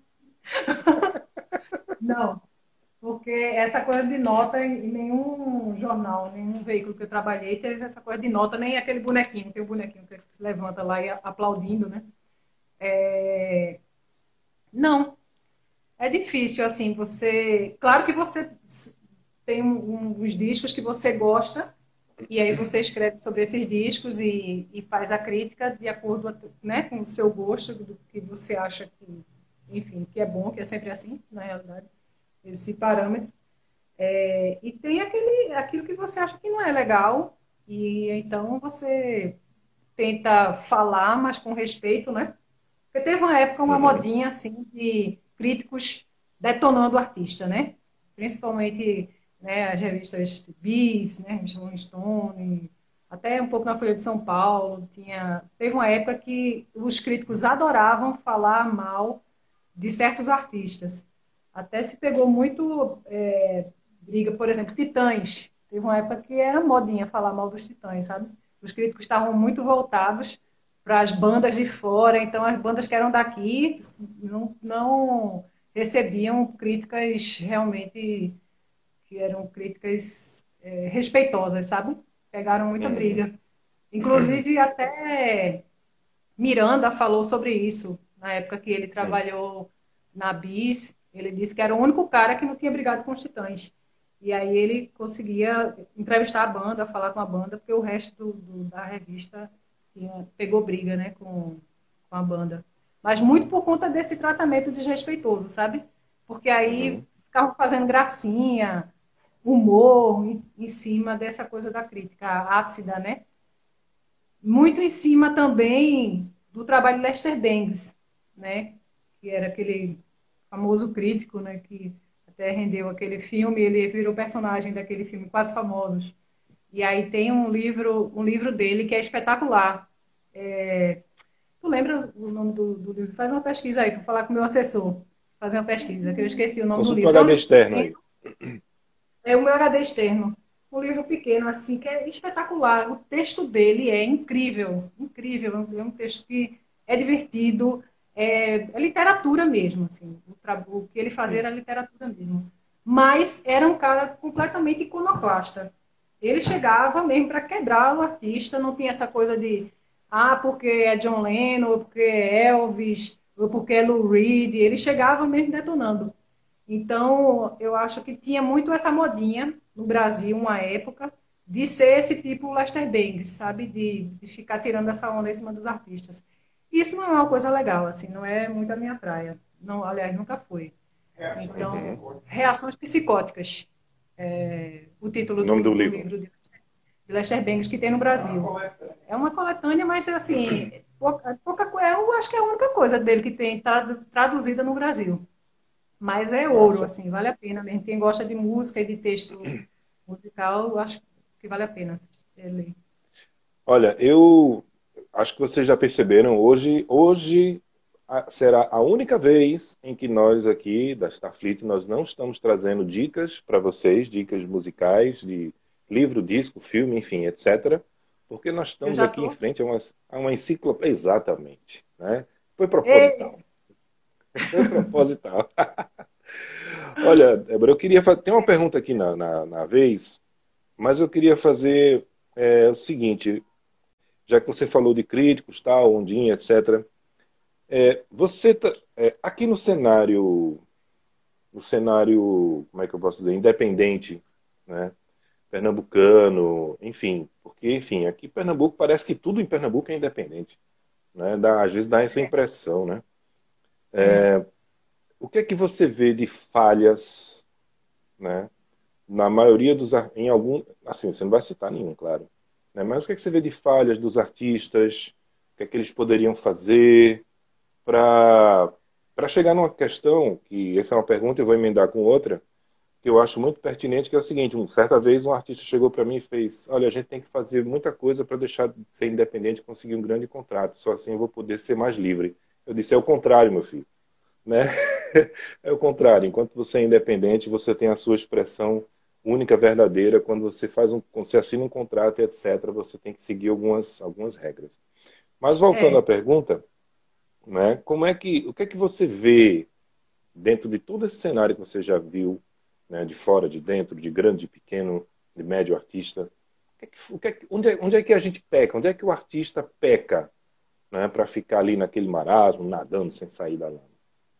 Não, porque essa coisa de nota em nenhum jornal, nenhum veículo que eu trabalhei teve essa coisa de nota, nem aquele bonequinho, tem o bonequinho que se levanta lá e aplaudindo, né? É... Não, é difícil, assim, você... Claro que você tem um- uns discos que você gosta, e aí você escreve sobre esses discos e, e faz a crítica de acordo, né, com o seu gosto, do que você acha que, enfim, que é bom, que é sempre assim, na realidade, esse parâmetro. É, e tem aquele, aquilo que você acha que não é legal, e então você tenta falar, mas com respeito, né? Porque teve uma época, uma Uhum, modinha, assim, de críticos detonando o artista, né? Principalmente, né, as revistas Bis, né, revista Rolling Stone, até um pouco na Folha de São Paulo. Tinha... Teve uma época que os críticos adoravam falar mal de certos artistas. Até se pegou muito é, briga, por exemplo, Titãs. Teve uma época que era modinha falar mal dos Titãs, sabe? Os críticos estavam muito voltados para as bandas de fora, então as bandas que eram daqui não, não recebiam críticas realmente que eram críticas é, respeitosas, sabe? Pegaram muita uhum, briga. Inclusive, até Miranda falou sobre isso na época que ele uhum. trabalhou na Bis. Ele disse que era o único cara que não tinha brigado com os Titãs. E aí ele conseguia entrevistar a banda, falar com a banda, porque o resto do, do, da revista tinha, pegou briga, né, com, com a banda. Mas muito por conta desse tratamento desrespeitoso, sabe? Porque aí Uhum. ficavam fazendo gracinha, humor em, em cima dessa coisa da crítica ácida, né? Muito em cima também do trabalho de Lester Bangs, né? Que era aquele famoso crítico, né? Que até rendeu aquele filme, ele virou personagem daquele filme Quase Famosos. E aí tem um livro, um livro dele que é espetacular. É... Tu lembra o nome do, do livro? Faz uma pesquisa aí, para falar com o meu assessor. Fazer uma pesquisa, que eu esqueci o nome do Consulta o livro. É um H D livro externo aí. pequeno, é o meu H D externo. Um livro pequeno, assim, que é espetacular. O texto dele é incrível, incrível. É um texto que é divertido, é, é literatura mesmo, assim. O, tra... o que ele fazia era literatura mesmo. Mas era um cara completamente iconoclasta. Ele chegava mesmo para quebrar o artista, não tinha essa coisa de ah, porque é John Lennon, ou porque é Elvis, ou porque é Lou Reed. Ele chegava mesmo detonando. Então, eu acho que tinha muito essa modinha no Brasil, uma época, de ser esse tipo Lester Bangs, sabe? De, de ficar tirando essa onda em cima dos artistas. Isso não é uma coisa legal, assim, não é muito a minha praia. Não, aliás, nunca foi. Então, Reações Psicóticas, é o título O nome do, do do livro. livro de Lester Bangs que tem no Brasil. É uma coletânea, mas assim, pouca, pouca, eu acho que é a única coisa dele que tem trad- traduzida no Brasil. Mas é ouro, Massa. assim, vale a pena mesmo. Quem gosta de música e de texto musical, eu acho que vale a pena ler. Olha, eu acho que vocês já perceberam, hoje, hoje a- será a única vez em que nós aqui da Starfleet nós não estamos trazendo dicas para vocês, dicas musicais, de livro, disco, filme, enfim, etcétera. Porque nós Eu estamos já aqui em tô. frente a uma, a uma enciclopédia. Exatamente, né? Foi Ei, proposital. Foi proposital. Olha, Débora, eu queria fazer. Tem uma pergunta aqui na, na, na vez, mas eu queria fazer é, o seguinte, já que você falou de críticos, tal, Ondinha, etcétera. É, você tá, é, aqui no cenário, no cenário, como é que eu posso dizer, independente, né? Pernambucano, enfim, porque, enfim, aqui em Pernambuco parece que tudo em Pernambuco é independente, né? Dá, às vezes dá essa impressão, né? é, O que é que você vê de falhas, né? Na maioria dos, ar- em algum, assim, você não vai citar nenhum, claro, né? Mas o que é que você vê de falhas dos artistas? O que é que eles poderiam fazer para para chegar numa questão, que essa é uma pergunta, eu vou emendar com outra, que eu acho muito pertinente, que é o seguinte, um, certa vez um artista chegou para mim e fez, olha, a gente tem que fazer muita coisa para deixar de ser independente e conseguir um grande contrato, só assim eu vou poder ser mais livre. Eu disse, é o contrário, meu filho, né? É o contrário, enquanto você é independente, você tem a sua expressão única, verdadeira, quando você faz um, quando você assina um contrato, etcétera, você tem que seguir algumas, algumas regras. Mas voltando à é. pergunta, né? Como é que, o que é que você vê dentro de todo esse cenário que você já viu, né? De fora, de dentro, de grande, de pequeno, de médio artista? O que é que, o que é que- onde, é, onde é que a gente peca? Onde é que o artista peca, né? Para ficar ali naquele marasmo, nadando sem sair da lama?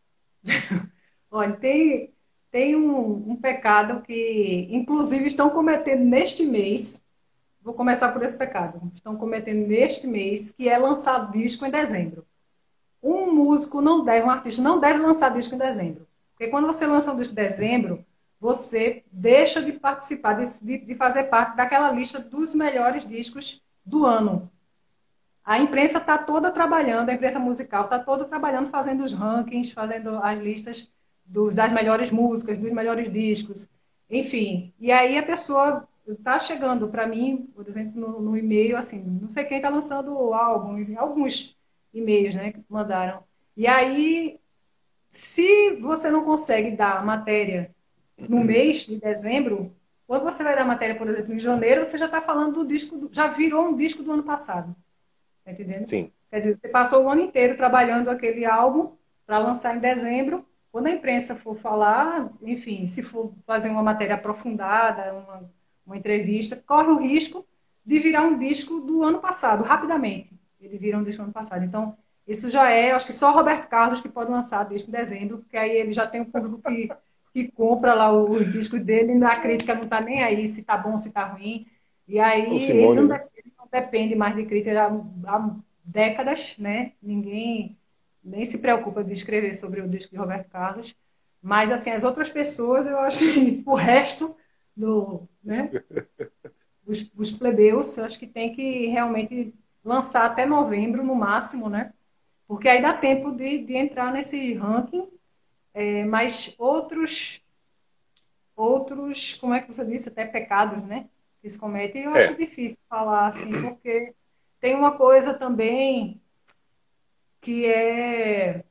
Olha, tem, tem um, um pecado que, inclusive, estão cometendo neste mês. Vou começar por esse pecado. Estão cometendo neste mês, que é lançar disco em dezembro. Um músico não deve, um artista não deve lançar disco em dezembro. Porque quando você lança um disco em dezembro, você deixa de participar, de, de fazer parte daquela lista dos melhores discos do ano. A imprensa está toda trabalhando, a imprensa musical está toda trabalhando, fazendo os rankings, fazendo as listas dos, das melhores músicas, dos melhores discos, enfim. E aí a pessoa está chegando para mim, por exemplo, no, no e-mail, assim, não sei quem está lançando o álbum, enfim, alguns e-mails, né, que mandaram. E aí, se você não consegue dar a matéria no mês de dezembro, quando você vai dar a matéria, por exemplo, em janeiro, você já está falando do disco, do- já virou um disco do ano passado. Tá entendendo? Sim, Quer dizer, você passou o ano inteiro trabalhando aquele álbum para lançar em dezembro. Quando a imprensa for falar, enfim, se for fazer uma matéria aprofundada, uma, uma entrevista, corre o risco de virar um disco do ano passado, rapidamente. Ele vira um disco do ano passado. Então, isso já é, acho que só Roberto Carlos que pode lançar disco em dezembro, porque aí ele já tem um público que, que compra lá os discos dele, e a crítica não está nem aí se está bom, se está ruim. E o aí ele Simone, não, né? de- ele não depende mais de crítica há, há décadas, né? Ninguém nem se preocupa de escrever sobre o disco de Roberto Carlos. Mas, assim, as outras pessoas, eu acho que o resto do, né, os, os plebeus, eu acho que tem que realmente lançar até novembro, no máximo, né? Porque aí dá tempo de, de entrar nesse ranking, é, mas outros, outros, como é que você disse, até pecados, né? Que se cometem, eu acho É, difícil falar, assim, porque tem uma coisa também que é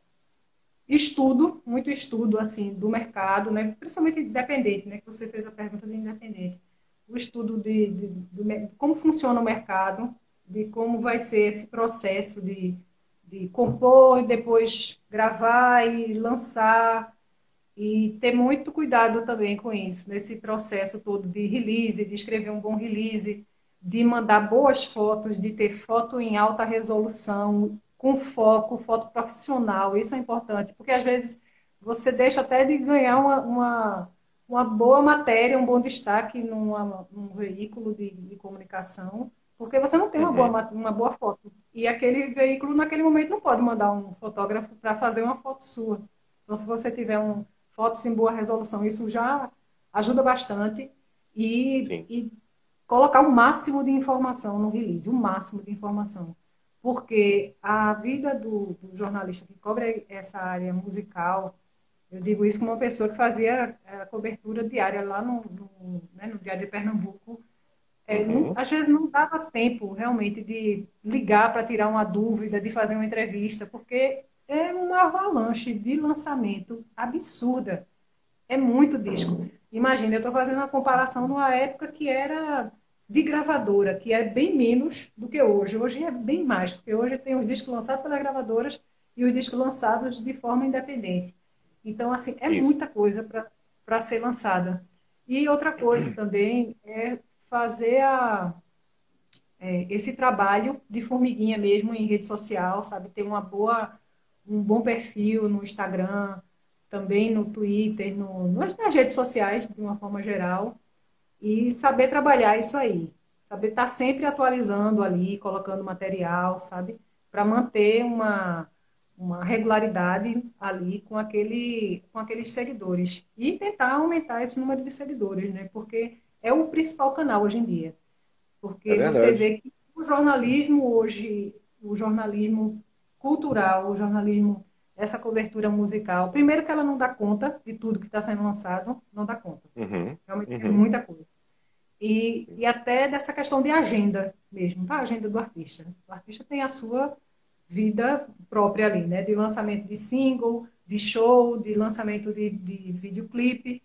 estudo, muito estudo assim do mercado, né? Principalmente independente, né? Que você fez a pergunta de independente. O estudo de, de, de como funciona o mercado, de como vai ser esse processo de, de compor e depois gravar e lançar e ter muito cuidado também com isso, nesse processo todo de release, de escrever um bom release, de mandar boas fotos, de ter foto em alta resolução, com foco, foto profissional. Isso é importante, porque às vezes você deixa até de ganhar uma, uma, uma boa matéria, um bom destaque numa, num veículo de, de comunicação, porque você não tem uma boa, uhum, uma boa foto. E aquele veículo, naquele momento, não pode mandar um fotógrafo para fazer uma foto sua. Então, se você tiver um, fotos em boa resolução, isso já ajuda bastante. E, sim. e colocar o máximo de informação no release, o máximo de informação. Porque a vida do, do jornalista que cobre essa área musical, eu digo isso como uma pessoa que fazia a cobertura diária lá no, no, né, no Diário de Pernambuco. É, não, Uhum. às vezes não dava tempo realmente de ligar para tirar uma dúvida, de fazer uma entrevista, porque é uma avalanche de lançamento absurda. É muito disco. Imagina, eu estou fazendo uma comparação numa época que era de gravadora, que é bem menos do que hoje. Hoje é bem mais, porque hoje tem os discos lançados pelas gravadoras e os discos lançados de forma independente. Então, assim, é Isso. muita coisa para ser lançada. E outra coisa também é fazer a, é, esse trabalho de formiguinha mesmo em rede social, sabe? Ter uma boa, um bom perfil no Instagram, também no Twitter, no, nas nas redes sociais, de uma forma geral, e saber trabalhar isso aí. Saber estar sempre atualizando ali, colocando material, sabe? Para manter uma, uma regularidade ali com, aquele, com aqueles seguidores. E tentar aumentar esse número de seguidores, né? Porque é o principal canal hoje em dia. É Porque você verdade. vê que o jornalismo hoje, o jornalismo cultural, o jornalismo, essa cobertura musical, primeiro que ela não dá conta de tudo que está sendo lançado, não dá conta. Uhum, Realmente é uhum. muita coisa. E, e até dessa questão de agenda mesmo, tá? A agenda do artista. O artista tem a sua vida própria ali, né? De lançamento de single, de show, de lançamento de, de videoclipe.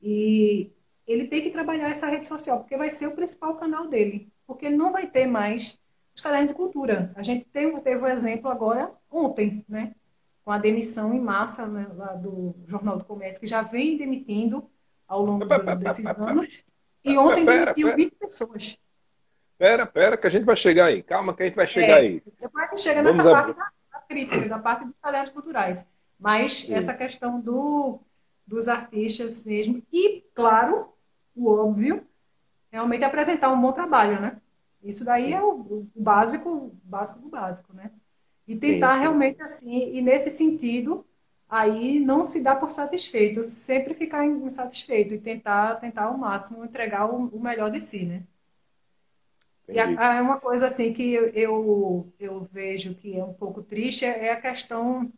E ele tem que trabalhar essa rede social, porque vai ser o principal canal dele. Porque ele não vai ter mais os cadernos de cultura. A gente teve, teve um exemplo agora, ontem, né? Com a demissão em massa, né, lá do Jornal do Comércio, que já vem demitindo ao longo Pera, do, desses pera, anos. E ontem pera, demitiu pera, vinte pessoas. pera, pera, que a gente vai chegar aí. Calma que a gente vai chegar É, aí. depois a gente chega nessa Vamos parte a... da, da crítica, da parte dos talentos culturais. Mas essa Sim, questão do, dos artistas mesmo. E, claro, o óbvio, realmente apresentar um bom trabalho, né? Isso daí é sim, o, o básico, o básico do básico, né? E sim, tentar sim, realmente sim. assim, e nesse sentido, aí não se dá por satisfeito, sempre ficar insatisfeito e tentar, tentar ao máximo entregar o, o melhor de si, né? E Entendi. a- a- uma coisa assim que eu, eu, eu vejo que é um pouco triste é é a questão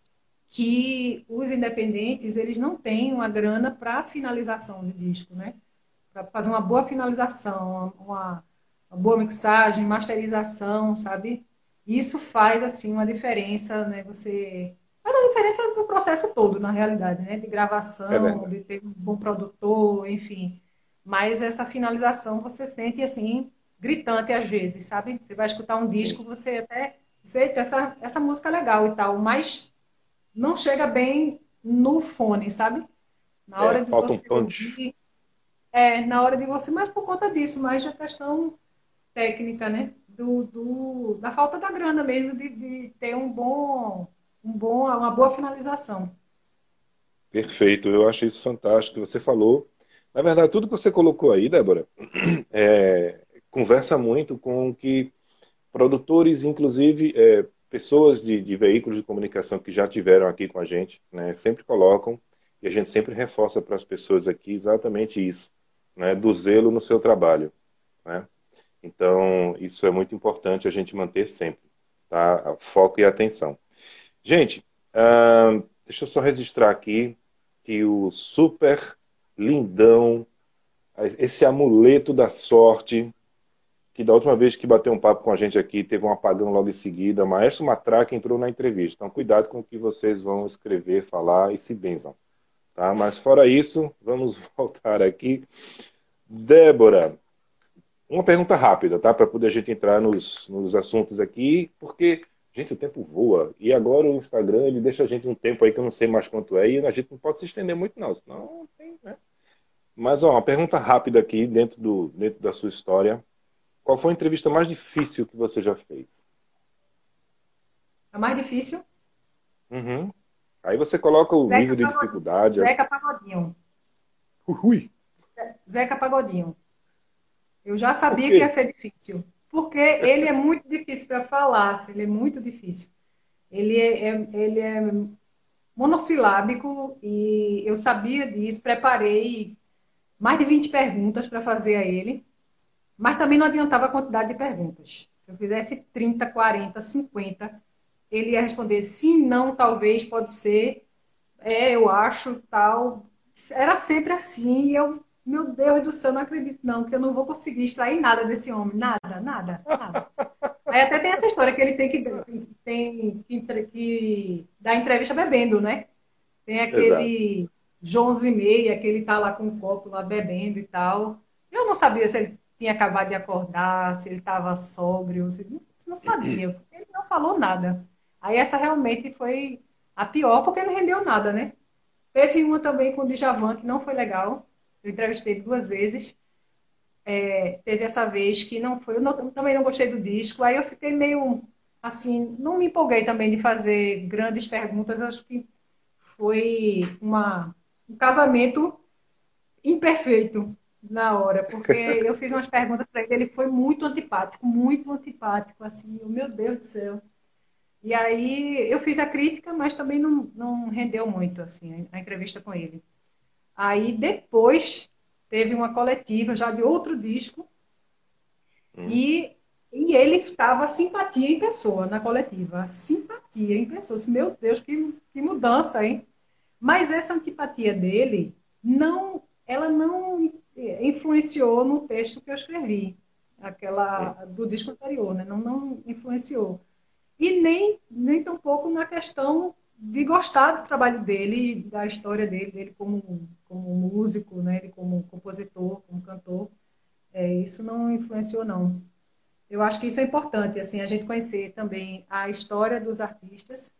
que os independentes eles não têm uma grana para finalização do disco, né? Para fazer uma boa finalização, uma, uma boa mixagem, masterização, sabe? Isso faz assim uma diferença, né? Você faz a diferença do processo todo, na realidade, né? De É gravação, verdade. de ter um bom produtor, enfim. Mas essa finalização você sente assim gritante às vezes, sabe? Você vai escutar um Sim. disco, você até sei que essa essa música é legal e tal, mas não chega bem no fone, sabe? Na É, hora de falta um você punch. ouvir, é, na hora de você, mas por conta disso, mais a questão técnica, né? Do, do, da falta da grana mesmo, de, de ter um bom, um bom, uma boa finalização. Perfeito, eu acho isso fantástico que você falou. Na verdade, tudo que você colocou aí, Débora, é, conversa muito com o que produtores, inclusive é, pessoas de, de veículos de comunicação que já tiveram aqui com a gente, né, sempre colocam, E a gente sempre reforça para as pessoas aqui exatamente isso, né? Do zelo no seu trabalho, né? Então, isso é muito importante a gente manter sempre, tá? Foco e atenção. Gente, ah, deixa eu só registrar aqui que o super lindão, esse amuleto da sorte, que da última vez que bateu um papo com a gente aqui, teve um apagão logo em seguida, Maestro Matraca entrou na entrevista. Então, cuidado com o que vocês vão escrever, falar e se benzam. Tá? Mas fora isso, vamos voltar aqui. Débora, uma pergunta rápida, tá? Para poder a gente entrar nos, nos assuntos aqui, porque, gente, o tempo voa. E agora o Instagram, ele deixa a gente um tempo aí que eu não sei mais quanto é, e a gente não pode se estender muito, não. Senão não tem, né? Mas, ó, uma pergunta rápida aqui, dentro, do, dentro da sua história. Qual foi a entrevista mais difícil que você já fez? A mais difícil? Uhum. Aí você coloca o Zeca nível de Pagodinho. dificuldade. Zeca Pagodinho. Ui. Zeca Pagodinho. Eu já Por sabia quê? que ia ser difícil. Porque ele é muito difícil para falar, assim, ele é muito difícil. Ele é, é- ele é monossilábico e eu sabia disso, preparei mais de vinte perguntas para fazer a ele, mas também não adiantava a quantidade de perguntas. Se eu fizesse trinta, quarenta, cinquenta, ele ia responder sim, não, talvez, pode ser, é, eu acho, tal. Era sempre assim, e eu, meu Deus do céu, não acredito não, que eu não vou conseguir extrair nada desse homem, nada, nada, nada. Aí até tem essa história que ele tem que, tem que, entre- que dar entrevista bebendo, né? Tem Exato. aquele Jones e meia, que ele tá lá com um copo lá bebendo e tal. Eu não sabia se ele tinha acabado de acordar, se ele estava sóbrio, se- não não sabia, porque ele não falou nada. Aí essa realmente foi a pior, porque não rendeu nada, né? Teve uma também com o Djavan, que não foi legal. Eu entrevistei ele duas vezes. Teve essa vez que não foi. Eu não- também não gostei do disco. Aí eu fiquei meio assim, não me empolguei também de fazer grandes perguntas. Acho que foi uma, um casamento imperfeito na hora, porque eu fiz umas perguntas para ele, ele foi muito antipático, muito antipático, assim, oh, meu Deus do céu. E aí eu fiz a crítica, mas também não, não rendeu muito, assim, a entrevista com ele. Aí depois teve uma coletiva já de outro disco, Hum. e, e ele estava simpatia em pessoa na coletiva. Simpatia em pessoa. Assim, meu Deus, que, que mudança, hein? Mas essa antipatia dele não, ela não influenciou no texto que eu escrevi, aquela Hum. do disco anterior, né? Não, não influenciou. E nem, nem tampouco na questão de gostar do trabalho dele, da história dele, dele como, como músico, né? Ele como compositor, como cantor. É, isso não influenciou, não. Eu acho que isso é importante, assim, a gente conhecer também a história dos artistas.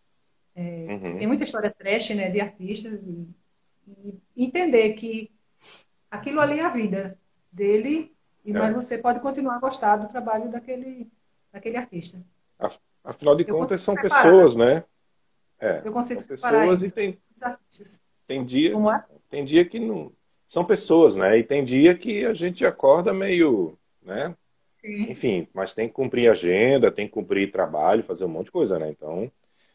Tem Uhum. muita história trash, né, de artistas, e, e entender que aquilo ali é a vida dele, e mas É. você pode continuar a gostar do trabalho daquele, daquele artista. Af- Afinal de Eu contas, consigo são separar, pessoas, né? É, eu consigo são separar pessoas e isso, assim, tem, dos artistas. tem dia, Como é? tem dia que não. São pessoas, né? E tem dia que a gente acorda meio, né? Sim. Enfim, mas tem que cumprir agenda, tem que cumprir trabalho, fazer um monte de coisa, né? Então,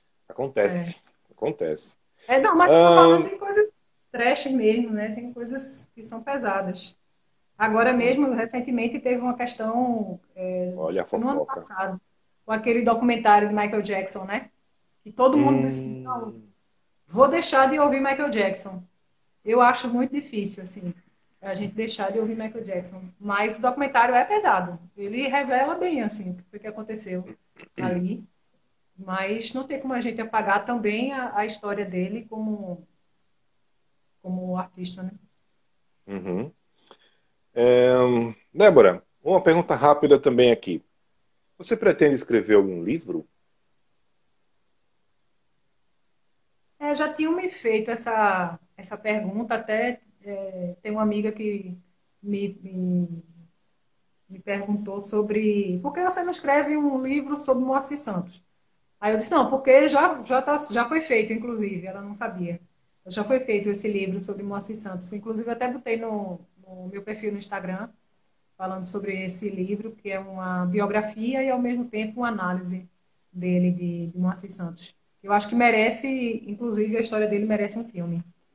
É. acontece. Acontece. É, não, mas tô falando Ahn, de coisas trash mesmo, né? Tem coisas que são pesadas. Agora hum, mesmo, recentemente, teve uma questão, é, olha a foi no ano fofoca. passado, com aquele documentário de Michael Jackson, né? Que todo mundo disse, não, Hum, vou deixar de ouvir Michael Jackson. Eu acho muito difícil, assim, a gente deixar de ouvir Michael Jackson. Mas o documentário é pesado. Ele revela bem, assim, o que foi que aconteceu ali. Mas não tem como a gente apagar também a, a história dele como, como artista, né? uhum. Ahn, Débora, uma pergunta rápida também aqui. Você pretende escrever algum livro? É, já tinham me feito essa, essa pergunta, até é, tem uma amiga que me, me, me perguntou sobre por que você não escreve um livro sobre Moacir Santos? Aí eu disse, não, porque já, já, tá, já foi feito, inclusive, ela não sabia. Já foi feito esse livro sobre Moacir Santos. Inclusive, eu até botei no, no meu perfil no Instagram, falando sobre esse livro, que é uma biografia e, ao mesmo tempo, uma análise dele, de, de Moacir Santos. Eu acho que merece, inclusive, a história dele merece um filme.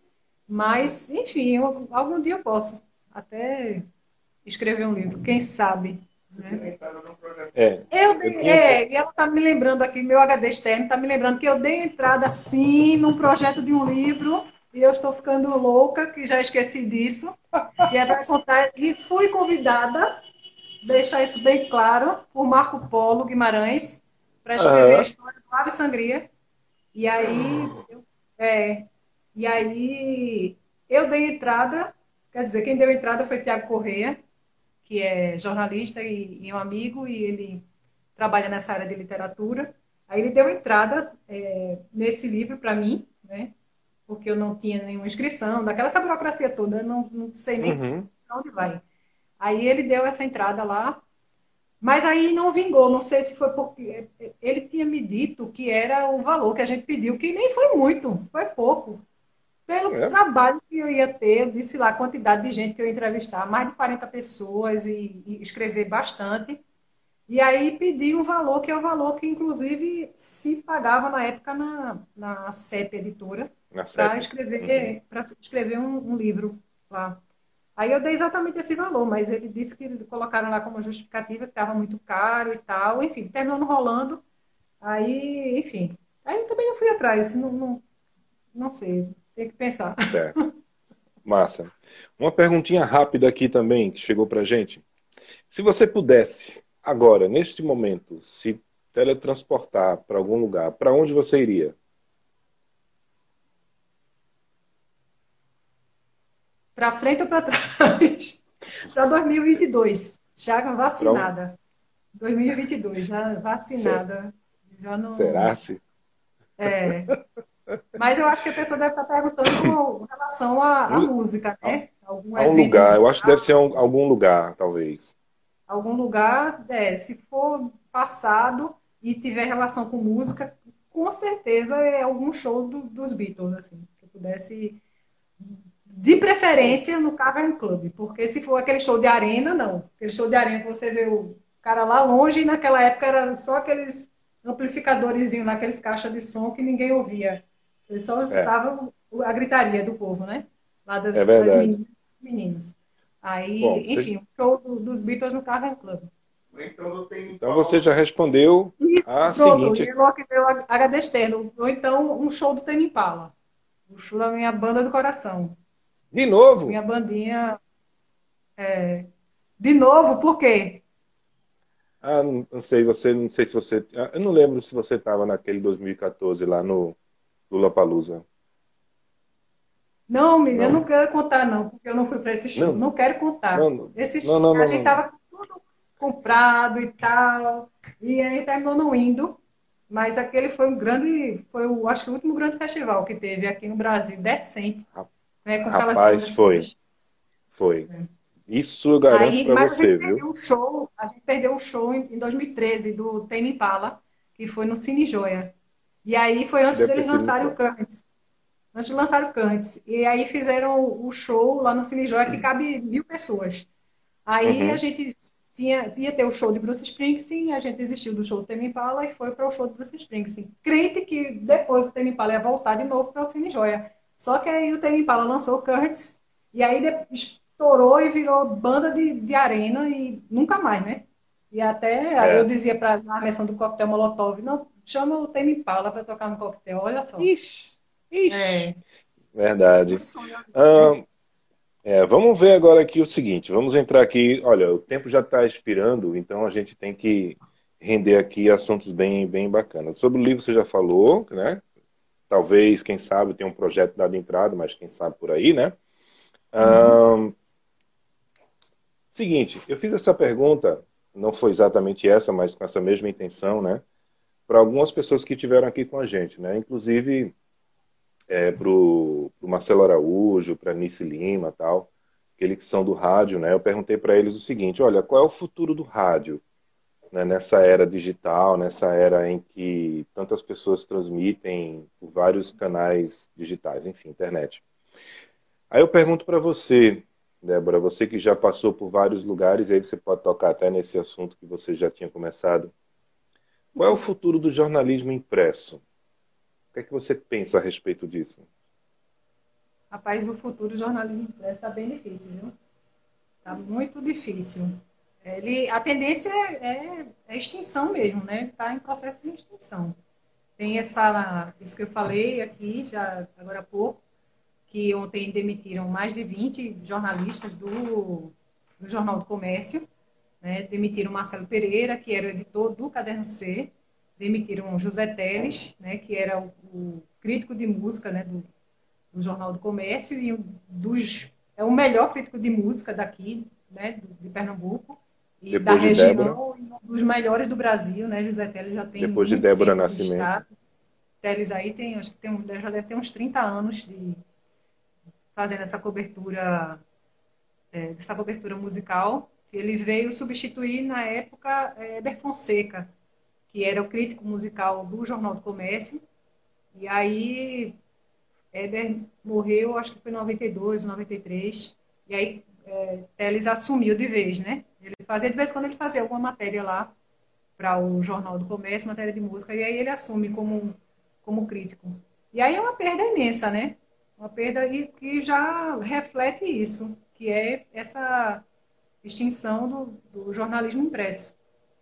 Mas, enfim, eu- algum dia eu posso até escrever um livro, quem sabe, né? É, Eu, eu dei- tinha. é, e ela está me lembrando aqui, meu H D externo está me lembrando que eu dei entrada, sim, num projeto de um livro, e eu estou ficando louca, que já esqueci disso, e é para contar, e fui convidada, deixar isso bem claro, por Marco Polo Guimarães, para escrever a Aham. história do Ave Sangria, e aí, eu- é, e aí eu dei entrada, quer dizer, quem deu entrada foi Tiago Corrêa, que é jornalista e, e um amigo, e ele trabalha nessa área de literatura. Aí ele deu entrada é, nesse livro para mim, né? Porque eu não tinha nenhuma inscrição, daquela essa burocracia toda, eu não, não sei nem Uhum. para onde vai. Aí ele deu essa entrada lá, mas aí não vingou, não sei se foi porque ele tinha me dito que era o valor que a gente pediu, que nem foi muito, foi pouco. Pelo É. trabalho que eu ia ter, eu disse lá a quantidade de gente que eu ia entrevistar, mais de quarenta pessoas e, e escrever bastante. E aí pedi um valor que é o valor que, inclusive, se pagava na época na, na C E P Editora Na para C E P. Uhum. escrever, para escrever um, um livro lá. Aí eu dei exatamente esse valor, mas ele disse que colocaram lá como justificativa que estava muito caro e tal. Enfim, terminou não rolando. Aí, enfim. Aí eu também não fui atrás, não, não, não sei, tem que pensar. Certo. Massa. Uma perguntinha rápida aqui também, que chegou pra gente. Se você pudesse, agora, neste momento, se teletransportar para algum lugar, para onde você iria? Para frente ou para trás? Para dois mil e vinte e dois, já Para um... vacinada. dois mil e vinte e dois, já Se- vacinada. Já Será não. se? É. Mas eu acho que a pessoa deve estar perguntando com relação à, à Um- música, A né? Algum a um evento lugar, eu acho que deve ser musical, um- algum lugar, talvez. algum lugar. É, se for passado e tiver relação com música, com certeza é algum show do- dos Beatles, assim, que eu pudesse. De Bom, preferência no Cavern Club, porque se for aquele show de arena, não. Aquele show de arena que você vê o cara lá longe, e naquela época era só aqueles amplificadores naqueles caixas de som que ninguém ouvia. Você só é, escutava a gritaria do povo, né? Lá é das, das verdade. meninas e meninos. Bom, Aí, você- enfim, o show do- dos Beatles no Cavern Club. então você já respondeu a Pronto, e seguinte. eu coloquei o H D externo. Ou então um show do Tame Impala. O show da minha banda do coração. De novo? Minha bandinha. De novo, por quê? Ah, não, não sei, você, não sei se você. ah, Eu não lembro se você estava naquele dois mil e quatorze lá no Lollapalooza. Não, menina, eu Não? não quero contar, não, porque eu não fui para esse show. Não, Não quero contar. não, não, Esse, não, sh- não, a não, gente não. estava tudo comprado e tal, e aí terminou não indo. Mas aquele foi um grande, foi o, acho que o último grande festival que teve aqui no Brasil, decente, Ra- né, com aquelas Rapaz, bandas foi, todas. foi. Isso eu garanto Aí, para mas a gente você, viu? perdeu um show, a gente perdeu um show em, em dois mil e treze do Tame Impala, que foi no Cine Joia. E aí foi antes Deve ter deles sido muito lançarem o bom. Currents. Antes de lançar o Currents. E aí fizeram o show lá no Cine Joia que cabe mil pessoas. Aí a Uhum. gente tinha, ia ter o show de Bruce Springsteen, a gente desistiu do show do Tame Impala e foi para o show de Bruce Springsteen. Crente que depois o Tame Impala ia voltar de novo para o Cine Joia. Só que aí o Tame Impala lançou o Currents e aí de- estourou e virou banda de, de arena e nunca mais, né? E até eu É. dizia para na versão do coquetel Molotov, não, chama o Tame Impala para tocar no coquetel, olha só. Ixi, ixi. É, um Verdade. sonho, né? Ahn, é, vamos ver agora aqui o seguinte. Vamos entrar aqui. Olha, o tempo já está expirando, então a gente tem que render aqui assuntos bem, bem bacanas. Sobre o livro você já falou, né? Talvez, quem sabe, tenha um projeto dado entrada, mas quem sabe por aí, né? Uhum. Ahn, seguinte, eu fiz essa pergunta, não foi exatamente essa, mas com essa mesma intenção, né? Para algumas pessoas que estiveram aqui com a gente, né? Inclusive é, para o Marcelo Araújo, para Nice Lima, tal, aqueles que são do rádio, né? Eu perguntei para eles o seguinte: olha, qual é o futuro do rádio, né, nessa era digital, nessa era em que tantas pessoas transmitem por vários canais digitais, enfim, internet. Aí eu pergunto para você, Débora, você que já passou por vários lugares, aí você pode tocar até nesse assunto que você já tinha começado. Qual é o futuro do jornalismo impresso? O que é que você pensa a respeito disso? Rapaz, o futuro do jornalismo impresso está bem difícil, viu? Está muito difícil. Ele, a tendência é, é, é extinção mesmo, né? Ele está em processo de extinção. Tem essa, isso que eu falei aqui, já agora há pouco, que ontem demitiram mais de vinte jornalistas do, do Jornal do Comércio, né? Demitiram Marcelo Pereira, que era o editor do Caderno C, demitiram José Teles, né? Que era o, o crítico de música, né? do, do Jornal do Comércio, e um dos, é o melhor crítico de música daqui, né? de, de Pernambuco, e Depois da de região, Débora. e um dos melhores do Brasil, né? José Teles já tem Depois de muito Débora tempo de Nascimento. estrada. Teles aí tem, acho que tem, um- já deve ter uns trinta anos de fazendo essa cobertura, é, dessa cobertura musical. Ele veio substituir, na época, é, Eber Fonseca, que era o crítico musical do Jornal do Comércio. E aí, Eber morreu, acho que foi em noventa e dois, noventa e três. E aí, é, Teles assumiu de vez, né? Ele fazia, de vez em quando, ele fazia alguma matéria lá para o Jornal do Comércio, matéria de música, e aí ele assume como, como crítico. E aí é uma perda imensa, né? Uma perda e que já reflete isso, que é essa extinção do, do jornalismo impresso,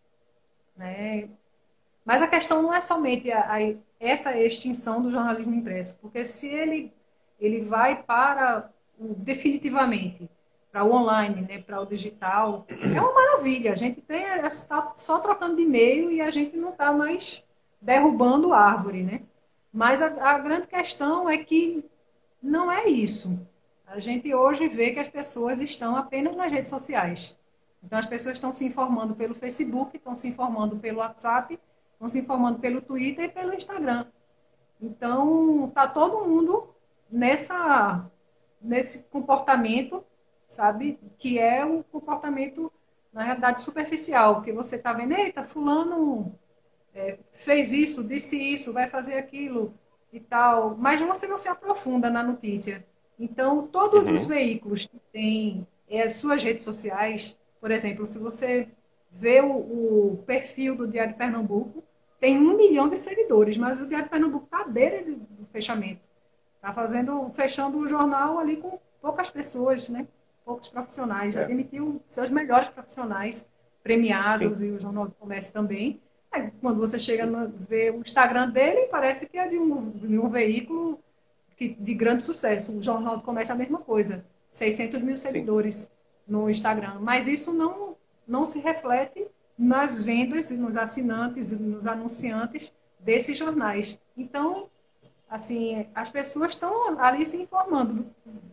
né? Mas a questão não é somente a, a, essa extinção do jornalismo impresso, porque se ele, ele vai para o, definitivamente para o online, né, para o digital, é uma maravilha. A gente tem está só trocando de e-mail e a gente não está mais derrubando árvore, né? Mas a, a grande questão é que não é isso. A gente hoje vê que as pessoas estão apenas nas redes sociais. Então, as pessoas estão se informando pelo Facebook, estão se informando pelo WhatsApp, estão se informando pelo Twitter e pelo Instagram. Então, está todo mundo nessa, nesse comportamento, sabe? Que é um comportamento, na realidade, superficial. Que você está vendo, eita, fulano é, fez isso, disse isso, vai fazer aquilo e tal. Mas você não se aprofunda na notícia. Então, todos os Uhum. veículos que têm é, as suas redes sociais, por exemplo, se você vê o, o perfil do Diário de Pernambuco, tem um milhão de seguidores, mas o Diário de Pernambuco está à beira de- do fechamento. Está fazendo, fechando o jornal ali com poucas pessoas, né? Poucos profissionais. Já É, demitiu seus melhores profissionais sim, premiados e o Jornal do Comércio também. Aí, quando você chega sim, no ver o Instagram dele, parece que é de um, de um veículo que, de grande sucesso. O Jornal do Comércio é a mesma coisa. seiscentos mil sim. seguidores no Instagram. Mas isso não, não se reflete nas vendas, e nos assinantes e nos anunciantes desses jornais. Então, assim, as pessoas estão ali se informando do,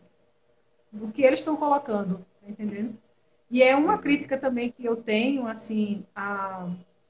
do que eles estão colocando, tá entendendo? E é uma Uhum. crítica também que eu tenho, assim, a,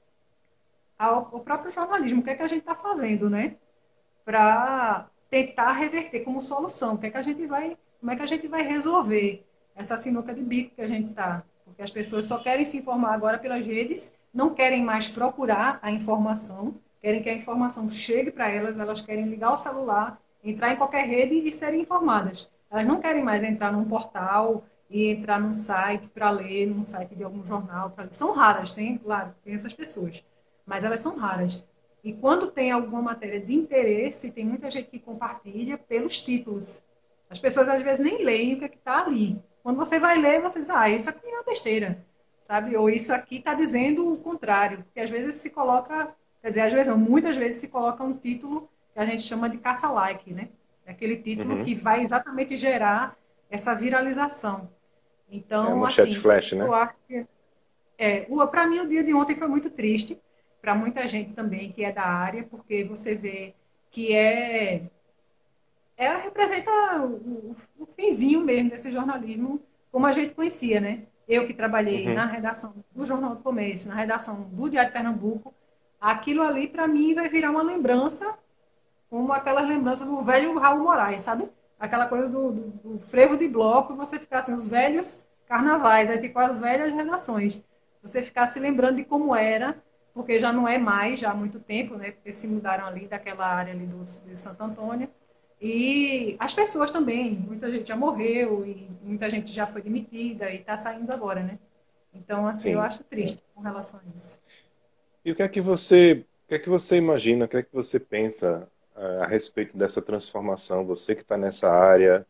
ao, ao próprio jornalismo. O que é que a gente está fazendo, né? Para tentar reverter como solução. O que é que a gente vai, como é que a gente vai resolver essa sinuca de bico que a gente está? Porque as pessoas só querem se informar agora pelas redes, não querem mais procurar a informação, querem que a informação chegue para elas, elas querem ligar o celular, entrar em qualquer rede e serem informadas. Elas não querem mais entrar num portal e entrar num site para ler, num site de algum jornal. Pra... São raras, tem, claro, tem essas pessoas, mas elas são raras. E quando tem alguma matéria de interesse, tem muita gente que compartilha pelos títulos. As pessoas às vezes nem leem o que é está ali. Quando você vai ler, você diz, ah, isso aqui é uma besteira, sabe? Ou isso aqui está dizendo o contrário. Porque às vezes se coloca, quer dizer, às vezes não, muitas vezes se coloca um título que a gente chama de caça-like, né? É aquele título Uhum. que vai exatamente gerar essa viralização. É a Então, manchete assim, flash, eu né? acho que é, para mim, o dia de ontem foi muito triste, para muita gente também que é da área, porque você vê que é, ela representa o, o finzinho mesmo desse jornalismo, como a gente conhecia, né? Eu que trabalhei na Uhum. redação do Jornal do Comércio, na redação do Diário de Pernambuco, aquilo ali, para mim, vai virar uma lembrança, como aquelas lembranças do velho Raul Moraes, sabe? Aquela coisa do, do, do frevo de bloco, você ficar assim, os velhos carnavais, aí ficou as velhas redações. Você ficar se lembrando de como era, porque já não é mais, já há muito tempo, né? Porque se mudaram ali daquela área ali do, de Santo Antônio. E as pessoas também, muita gente já morreu e muita gente já foi demitida e está saindo agora, né? Então, assim, eu Sim. acho triste com relação a isso. E o que é que você, o que é que você imagina, o que é que você pensa eh, a respeito dessa transformação? Você que está nessa área,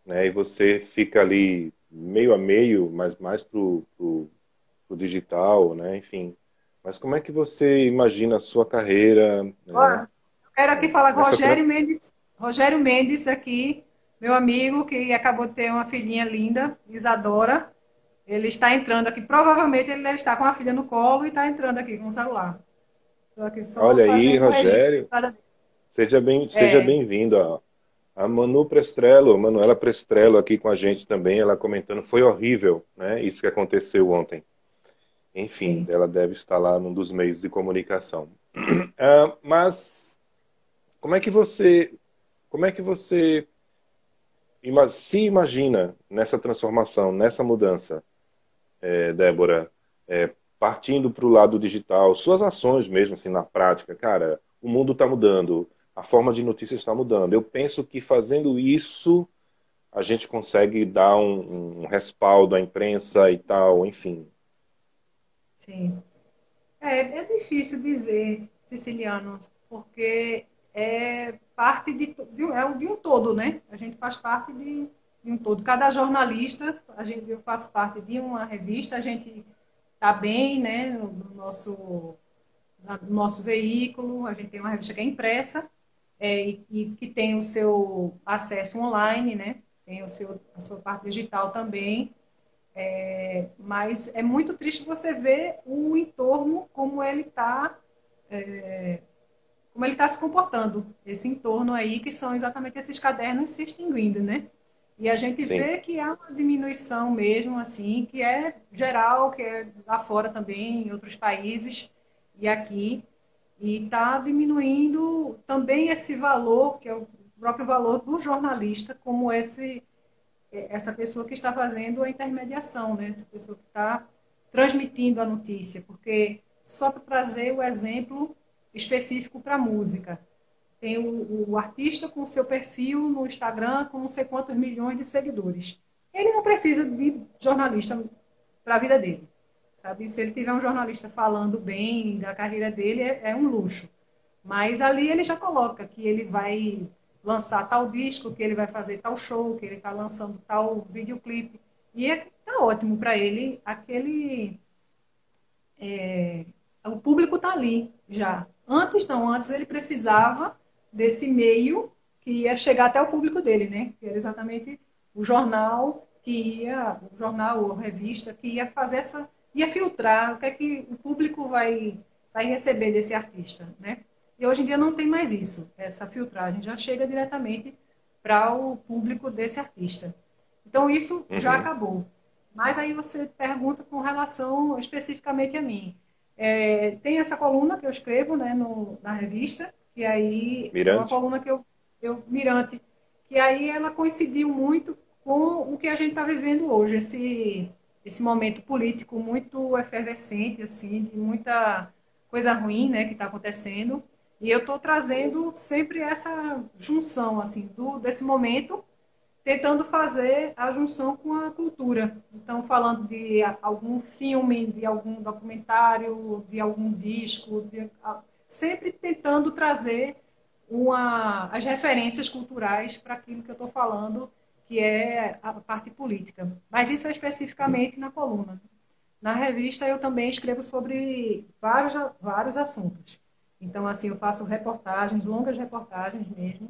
né? E você fica ali meio a meio, mas mais pro, pro, pro digital, né? Enfim. Mas como é que você imagina a sua carreira, né? Olha, eu quero aqui falar com o Nessa trans... Rogério Mendes, Rogério Mendes aqui, meu amigo, que acabou de ter uma filhinha linda, Isadora. Ele está entrando aqui, provavelmente ele deve estar com a filha no colo e está entrando aqui com o celular. Estou aqui só Olha aí, fazendo um registro. Rogério, seja bem, seja É, bem-vindo. A, a Manu Prestrello, Manuela Prestrello aqui com a gente também, ela comentando, foi horrível, né? Isso que aconteceu ontem. Enfim, sim. ela deve estar lá num dos meios de comunicação. Ah, mas como é que você, como é que você ima- se imagina nessa transformação, nessa mudança, eh, Débora, eh, partindo para o lado digital, suas ações mesmo, assim, na prática, cara, o mundo está mudando, a forma de notícias está mudando. Eu penso que fazendo isso a gente consegue dar um, um respaldo à imprensa e tal, enfim. Sim. É, é difícil dizer, Siciliano, porque é parte de, to- de, um- é um- de um todo, né? A gente faz parte de, de um todo. Cada jornalista, a gente, eu faço parte de uma revista, a gente está bem, né, no, no nosso, na- no nosso veículo, a gente tem uma revista que é impressa, é, e, e que tem o seu acesso online, né? Tem o seu, a sua parte digital também. Mas é muito triste você ver o entorno como ele está como ele está se comportando, esse entorno aí, que são exatamente esses cadernos se extinguindo, né? E a gente Sim. vê que há uma diminuição mesmo, assim, que é geral, que é lá fora também, em outros países e aqui, e está diminuindo também esse valor, que é o próprio valor do jornalista, como esse essa pessoa que está fazendo a intermediação, né? Essa pessoa que está transmitindo a notícia, porque só para trazer o exemplo específico para a música, tem o, o artista com seu perfil no Instagram com não sei quantos milhões de seguidores. Ele não precisa de jornalista para a vida dele, sabe? Se ele tiver um jornalista falando bem da carreira dele, é, é um luxo. Mas ali ele já coloca que ele vai lançar tal disco, que ele vai fazer tal show, que ele está lançando tal videoclipe. E é, tá ótimo para ele. Aquele, é, o público está ali já. Antes não, antes ele precisava desse meio que ia chegar até o público dele, né? Que era exatamente o jornal que ia, o jornal ou revista que ia fazer essa, ia filtrar o que é que o público vai, vai receber desse artista, né? E hoje em dia não tem mais isso, essa filtragem já chega diretamente para o público desse artista. Então isso já Uhum. acabou. Mas aí você pergunta com relação especificamente a mim. É, tem essa coluna que eu escrevo, né, no, na revista, que aí é uma Mirante? coluna que eu, eu Mirante, que aí ela coincidiu muito com o que a gente está vivendo hoje, esse, esse momento político muito efervescente, assim, de muita coisa ruim, né, que está acontecendo. E eu estou trazendo sempre essa junção, assim, do, desse momento, tentando fazer a junção com a cultura. Então, falando de algum filme, de algum documentário, de algum disco, de, sempre tentando trazer uma, as referências culturais para aquilo que eu estou falando, que é a parte política. Mas isso é especificamente na coluna. Na revista eu também escrevo sobre vários, vários assuntos. Então, assim, eu faço reportagens, longas reportagens mesmo,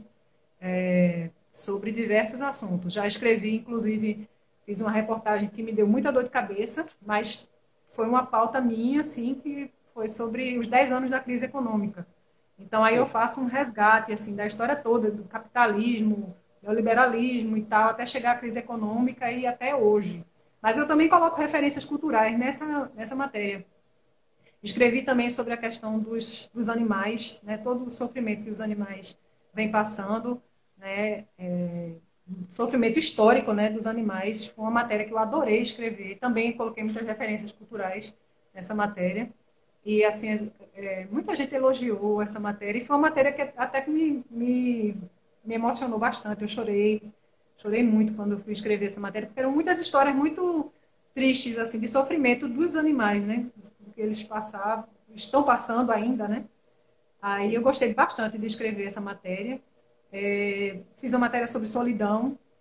é, sobre diversos assuntos. Já escrevi, inclusive, fiz uma reportagem que me deu muita dor de cabeça, mas foi uma pauta minha, assim, que foi sobre os dez anos da crise econômica. Então, aí eu Sim. faço um resgate, assim, da história toda, do capitalismo, neoliberalismo e tal, até chegar à crise econômica e até hoje. Mas eu também coloco referências culturais nessa, nessa matéria. Escrevi também sobre a questão dos, dos animais, né, todo o sofrimento que os animais vêm passando, né, é, sofrimento histórico, né, dos animais, foi uma matéria que eu adorei escrever. Também coloquei muitas referências culturais nessa matéria. E, assim, é, muita gente elogiou essa matéria. E foi uma matéria que até que me, me, me emocionou bastante. Eu chorei, chorei muito quando eu fui escrever essa matéria, porque eram muitas histórias muito tristes, assim, de sofrimento dos animais, né? Que eles passavam, estão passando ainda, né? Aí eu Sim. gostei bastante de escrever essa matéria. É, fiz uma matéria sobre solidão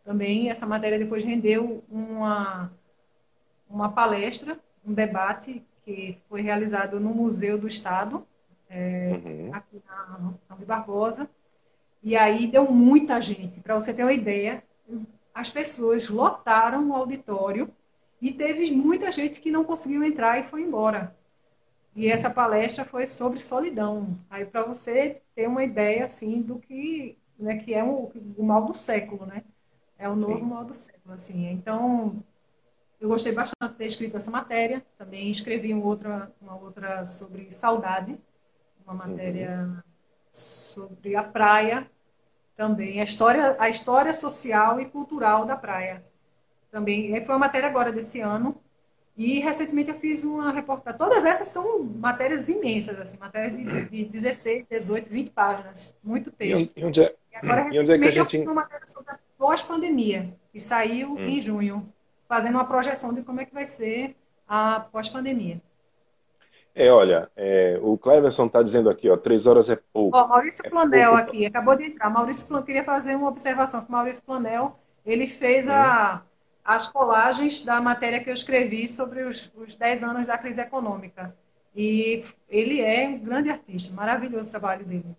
também essa matéria depois rendeu uma, uma palestra, um debate que foi realizado no Museu do Estado, é, Uhum. aqui na, na Rui Barbosa. E aí deu muita gente. Para você ter uma ideia, as pessoas lotaram o auditório e teve muita gente que não conseguiu entrar e foi embora. E essa palestra foi sobre solidão. Aí para você ter uma ideia assim do que, né, que é o, o mal do século, né? É o novo Sim. mal do século, assim. Então, eu gostei bastante de ter escrito essa matéria. Também escrevi uma outra, uma outra sobre saudade, uma matéria Uhum. sobre a praia, também a história, a história social e cultural da praia. Também foi uma matéria agora desse ano. E recentemente eu fiz uma reportagem. Todas essas são matérias imensas, assim, matérias de, de dezesseis, dezoito, vinte páginas, muito E onde, texto. e onde é, E agora, e onde é que a recentemente, eu fiz gente... uma matéria sobre a pós-pandemia, que saiu Hum. em junho, fazendo uma projeção de como é que vai ser a pós-pandemia. É, olha, é, o Cleverson está dizendo aqui, ó, três horas é Ó, pouco. Maurício É Planel pouco. pa- aqui, acabou de entrar. Maurício Planel, queria fazer uma observação que Maurício Planel, ele fez Hum. a, as colagens da matéria que eu escrevi sobre os, os dez anos da crise econômica. E ele é um grande artista, maravilhoso o trabalho dele.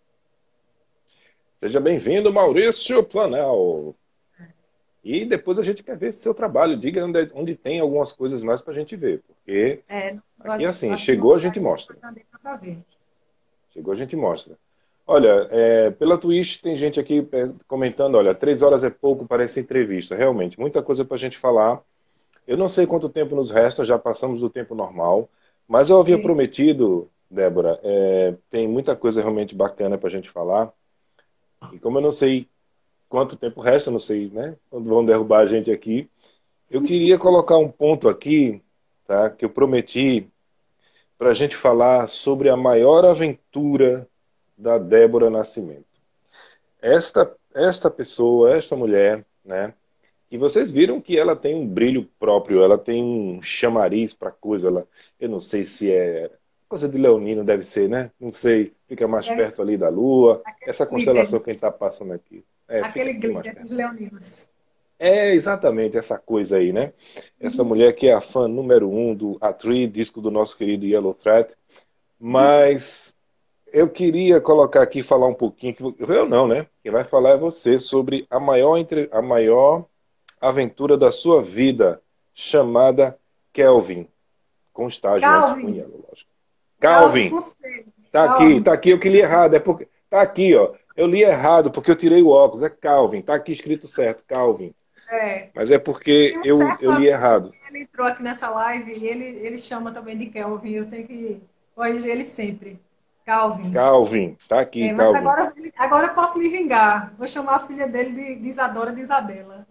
Seja bem-vindo, Maurício Planel. E depois a gente quer ver seu trabalho. Diga onde, onde tem algumas coisas mais para a gente ver. Porque É, aqui, acho, assim, acho que não chegou, a vai gente mostra. para ver. Chegou, a gente mostra. Olha, é, pela Twitch tem gente aqui é, comentando, olha, três horas é pouco para essa entrevista. Realmente, muita coisa para a gente falar. Eu não sei quanto tempo nos resta, já passamos do tempo normal. Mas eu havia Sim. prometido, Débora, é, tem muita coisa realmente bacana para a gente falar. E como eu não sei quanto tempo resta, não sei, né? Quando vão derrubar a gente aqui. Eu queria colocar um ponto aqui, tá? Que eu prometi para a gente falar sobre a maior aventura da Débora Nascimento. Esta, esta pessoa, esta mulher, né? E vocês viram que ela tem um brilho próprio, ela tem um chamariz para coisa. Ela, eu não sei se é coisa de leonino, deve ser, né? Não sei, fica mais Deve perto ser ali da Lua. aquele Essa glitter, constelação que a gente está passando aqui. É, fica aquele aqui mais glitter perto. dos leoninos. É exatamente essa coisa aí, né? Essa mulher que é a fã número um do A Tree, disco do nosso querido Yellow Thread. Mas eu queria colocar aqui, falar um pouquinho, que eu não, né? Quem vai falar é você, sobre a maior, entre, a maior aventura da sua vida, chamada Kelvin. Com estágio antes com Calvin, Yellow, lógico. Calvin Calvin, com C. tá aqui, Calvin. tá aqui, eu que li errado. É porque, tá aqui, ó. Eu li errado porque eu tirei o óculos. É Calvin, tá aqui escrito certo, Calvin. É. Mas é porque Tem um eu, certo eu li amigo errado. que ele entrou aqui nessa live e ele, ele chama também de Kelvin. Eu tenho que corrigir ele sempre. Calvin. Calvin, tá aqui, É, mas Calvin. agora, agora eu posso me vingar. Vou chamar a filha dele de, de Isadora de Isabela.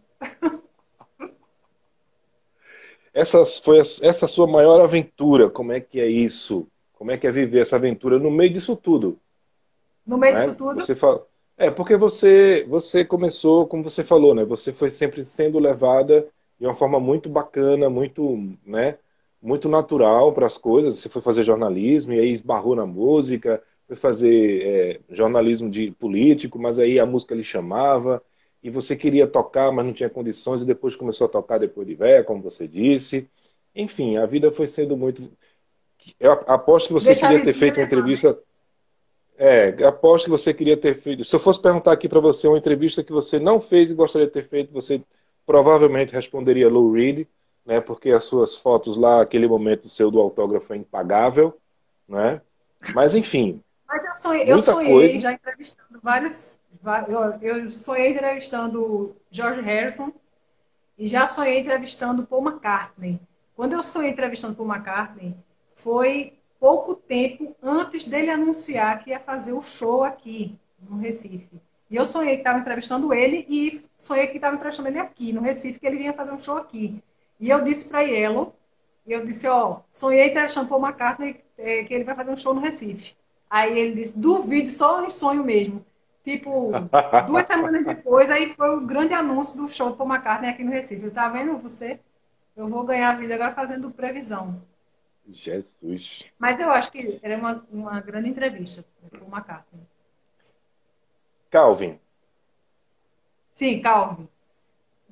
Essa foi a, essa sua maior aventura. Como é que é isso? Como é que é viver essa aventura no meio disso tudo, No meio disso né? tudo, Você fala, é porque você você começou, como você falou, né? Você foi sempre sendo levada de uma forma muito bacana, muito, né? Muito natural para as coisas. Você foi fazer jornalismo e aí esbarrou na música, foi fazer é, jornalismo de político, mas aí a música lhe chamava e você queria tocar, mas não tinha condições e depois começou a tocar depois de véia, como você disse. Enfim, a vida foi sendo muito. Eu aposto que você deixa a queria ter vidinha feito uma levar, né? entrevista. É, aposto que você queria ter feito. Se eu fosse perguntar aqui para você uma entrevista que você não fez e gostaria de ter feito, você provavelmente responderia Lou Reed, né? Porque as suas fotos lá, aquele momento seu do autógrafo é impagável, né? Mas enfim, Mas eu sonhei, eu muita sonhei coisa. já entrevistando vários. va- Eu, eu sonhei entrevistando George Harrison e já sonhei entrevistando Paul McCartney. Quando eu sonhei entrevistando Paul McCartney, foi pouco tempo antes dele anunciar que ia fazer o show aqui, no Recife. E eu sonhei que estava entrevistando ele e sonhei que estava entrevistando ele aqui, no Recife, que ele vinha fazer um show aqui. E eu disse para Yellow, eu disse, ó, sonhei entrevistando Paul McCartney, é, que ele vai fazer um show no Recife. Aí ele disse, duvide, só em sonho mesmo. Tipo, duas semanas depois, aí foi o grande anúncio do show do Paul McCartney aqui no Recife. Está vendo você? Eu vou ganhar a vida agora fazendo previsão. Jesus. Mas eu acho que era uma, uma grande entrevista com o McCartney. Calvin, Sim, Calvin.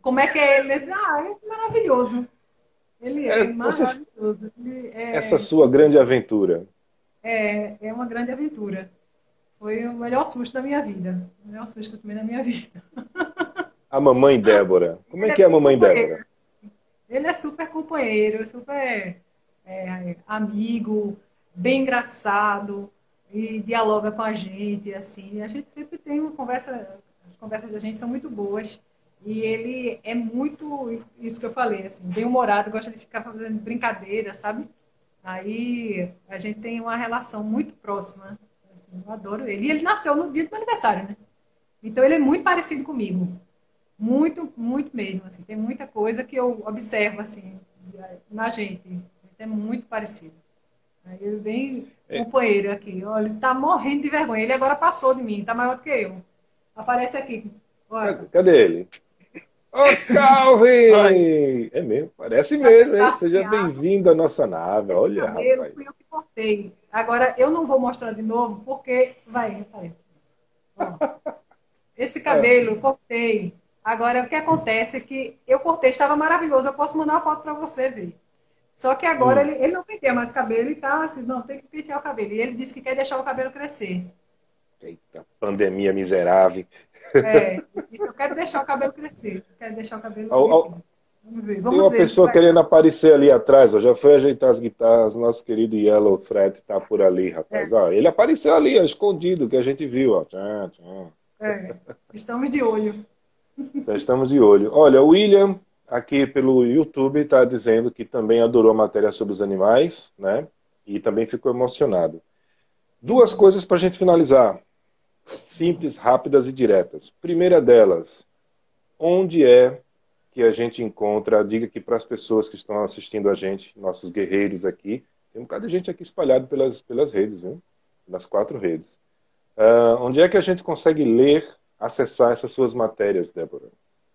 como é que é ele? Ele disse, ah, é maravilhoso. Ele é, É, você- maravilhoso. Ele é, essa sua grande aventura. é, é uma grande aventura. Foi o melhor susto da minha vida. O melhor susto que eu tomei na minha vida. A mamãe Débora. Como é Ele que é a muito mamãe companheiro. Débora? Ele é super companheiro, super é, amigo, bem engraçado e dialoga com a gente, assim. A gente sempre tem uma conversa, as conversas da gente são muito boas. E ele é muito, isso que eu falei, assim, bem-humorado, gosta de ficar fazendo brincadeira, sabe? Aí a gente tem uma relação muito próxima. Assim, eu adoro ele. E ele nasceu no dia do meu aniversário, né? Então ele é muito parecido comigo. Muito, muito mesmo. Assim. Tem muita coisa que eu observo assim, na gente. Ele é muito parecido. Aí ele vem É. companheiro aqui. Olha, ele tá morrendo de vergonha. Ele agora passou de mim, tá maior do que eu. Aparece aqui. Olha, Cadê, cadê ele? Ô, Calvin! É mesmo, parece mesmo, hein? Seja bem-vindo à nossa nave. esse Olha, cabelo rapaz. fui eu que cortei. Agora, eu não vou mostrar de novo, porque... Vai, aparece. Ó, esse cabelo eu cortei. Agora, o que acontece é que eu cortei, estava maravilhoso. Eu posso mandar uma foto para você ver. Só que agora Hum. ele, ele não penteia mais o cabelo e tá assim, não, tem que pentear o cabelo. E ele disse que quer deixar o cabelo crescer. Eita, pandemia miserável. É, isso, eu quero deixar o cabelo crescer. Quero deixar o cabelo Ao- ao- crescer. Vamos ver, Tem vamos uma ver. pessoa Vai- querendo aparecer ali atrás, ó. Já foi ajeitar as guitarras. Nosso querido Yellow Thread tá por ali, rapaz. Ó, ele apareceu ali, ó, escondido, que a gente viu, ó. Tchá, tchá. É, estamos de olho. Já estamos de olho. Olha, o William, aqui pelo YouTube, está dizendo que também adorou a matéria sobre os animais, né? E também ficou emocionado. Duas coisas para a gente finalizar. Simples, rápidas e diretas. Primeira delas, onde é que a gente encontra, diga aqui para as pessoas que estão assistindo a gente, nossos guerreiros aqui, tem um bocado de gente aqui espalhado pelas, pelas redes, viu? Nas quatro redes. Uh, onde é que a gente consegue ler, acessar essas suas matérias, Débora?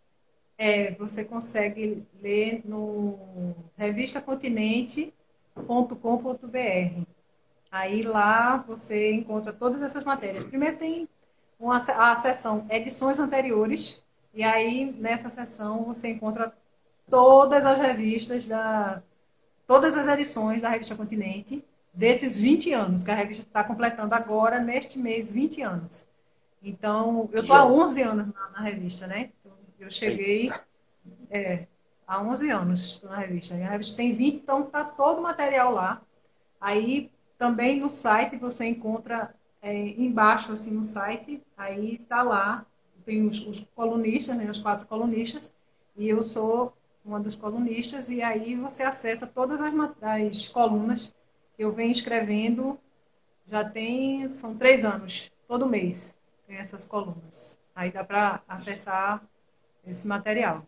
É, você consegue ler no revista continente ponto com ponto br. Aí lá você encontra todas essas matérias. Primeiro tem uma, a seção edições anteriores, e aí nessa seção você encontra todas as revistas, da, todas as edições da revista Continente, desses vinte anos, que a revista está completando agora, neste mês, vinte anos. Então, eu estou há onze anos na, na revista, né? Eu cheguei é, há onze anos estou na revista. A revista tem vinte, então está todo o material lá. Aí também no site você encontra é, embaixo assim no site, aí tá lá, tem os, os colunistas, né, os quatro colunistas, e eu sou uma dos colunistas, e aí você acessa todas as, as colunas que eu venho escrevendo, já tem, são três anos, todo mês tem essas colunas. Aí dá para acessar esse material.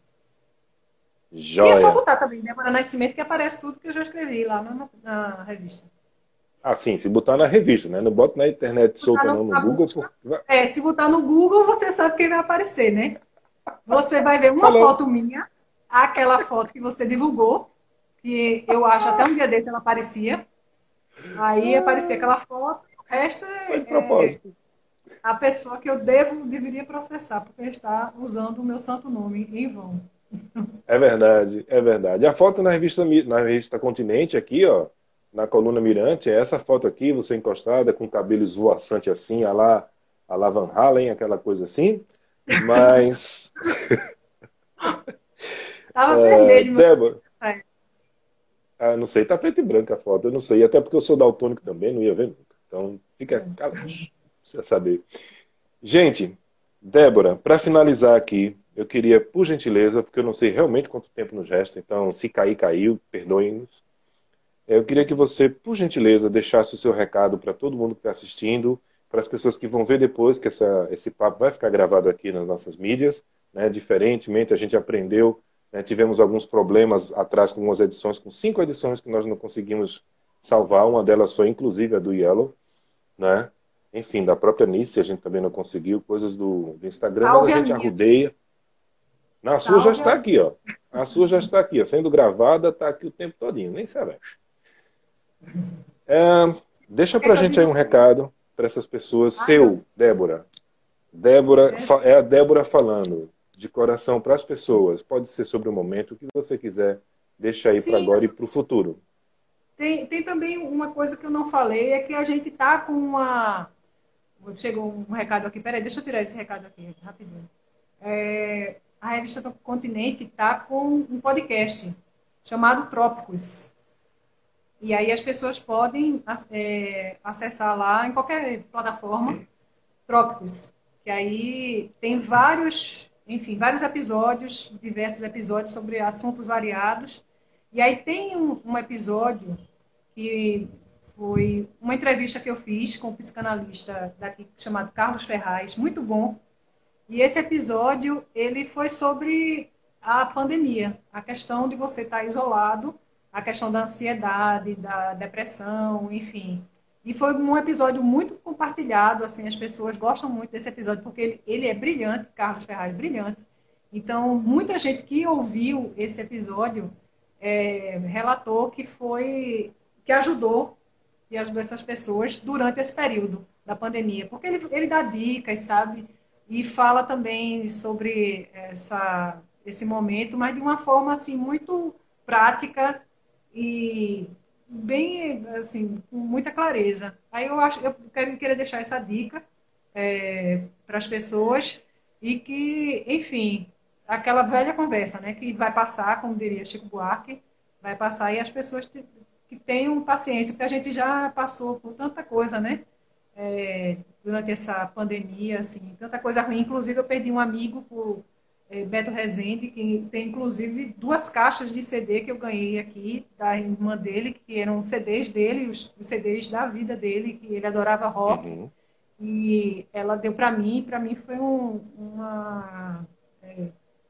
Joia. E é só botar também, Débora Nascimento, que aparece tudo que eu já escrevi lá na, na revista. Ah, sim, se botar na revista, né? Não bota na internet solta não, no Google. Porque... É, se botar no Google, você sabe quem vai aparecer, né? Você vai ver uma Falou. foto minha, aquela foto que você divulgou, que eu acho até um dia desse ela aparecia. Aí aparecia aquela foto, o resto Foi de é, propósito. é a pessoa que eu devo, deveria processar, porque está usando o meu santo nome em vão. É verdade, é verdade. A foto na revista, na revista Continente aqui, ó, na coluna Mirante, é essa foto aqui, você encostada, com cabelo esvoaçante assim, a lá, a lá Van Halen, aquela coisa assim. Mas... Tava é, vermelho, meu. Débora, É. ah, não sei, tá preto e branca a foto, eu não sei. Até porque eu sou daltônico também, não ia ver nunca. Então, fica calado, precisa saber. Gente, Débora, para finalizar aqui, eu queria, por gentileza, porque eu não sei realmente quanto tempo nos resta, então, se cair, caiu, perdoem-nos. Eu queria que você, por gentileza, deixasse o seu recado para todo mundo que está assistindo, para as pessoas que vão ver depois, que essa, esse papo vai ficar gravado aqui nas nossas mídias, né? Diferentemente, a gente aprendeu, né? Tivemos alguns problemas atrás com algumas edições, com cinco edições que nós não conseguimos salvar, uma delas foi inclusive a do Yellow, né? Enfim, da própria Nice, a gente também não conseguiu, coisas do, do Instagram, Salve mas a a gente minha. arrudeia. Não, a sua já Salve está a- aqui, ó. A sua já está aqui, ó. Sendo gravada, está aqui o tempo todinho, nem sabe. É, deixa pra gente aí um recado para essas pessoas. Seu, Débora. Débora, fa- é a Débora falando. de coração para as pessoas. Pode ser sobre o momento, o que você quiser, deixa aí para Sim. agora e para o futuro. Tem, tem também uma coisa que eu não falei, é que a gente tá com uma... Chegou um recado aqui, peraí, deixa eu tirar esse recado aqui, rapidinho. É, a revista do Continente está com um podcast chamado Trópicos. E aí as pessoas podem é, acessar lá em qualquer plataforma, Trópicos. Que aí tem vários, enfim, vários episódios, diversos episódios sobre assuntos variados. E aí tem um, um episódio que foi uma entrevista que eu fiz com um psicanalista daqui chamado Carlos Ferraz, muito bom. E esse episódio, ele foi sobre a pandemia, a questão de você estar isolado, a questão da ansiedade, da depressão, enfim. E foi um episódio muito compartilhado, assim, as pessoas gostam muito desse episódio, porque ele, ele é brilhante, Carlos Ferraz, brilhante. Então, muita gente que ouviu esse episódio é, relatou que foi, que ajudou, que ajudou essas pessoas durante esse período da pandemia, porque ele, ele dá dicas, sabe? E fala também sobre essa, esse momento, mas de uma forma assim, muito prática e bem, assim, com muita clareza. Aí eu acho, eu quero, queria deixar essa dica é, para as pessoas e que, enfim, aquela velha conversa, né, que vai passar, como diria Chico Buarque, vai passar e as pessoas te, que tenham paciência, porque a gente já passou por tanta coisa, né? É, durante essa pandemia, assim, tanta coisa ruim. Inclusive, eu perdi um amigo por é, Beto Rezende, que tem, inclusive, duas caixas de C D que eu ganhei aqui, da irmã dele, que eram C Ds dele, os, os C Ds da vida dele, que ele adorava rock. Uhum. E ela deu para mim, para mim foi um, uma... É,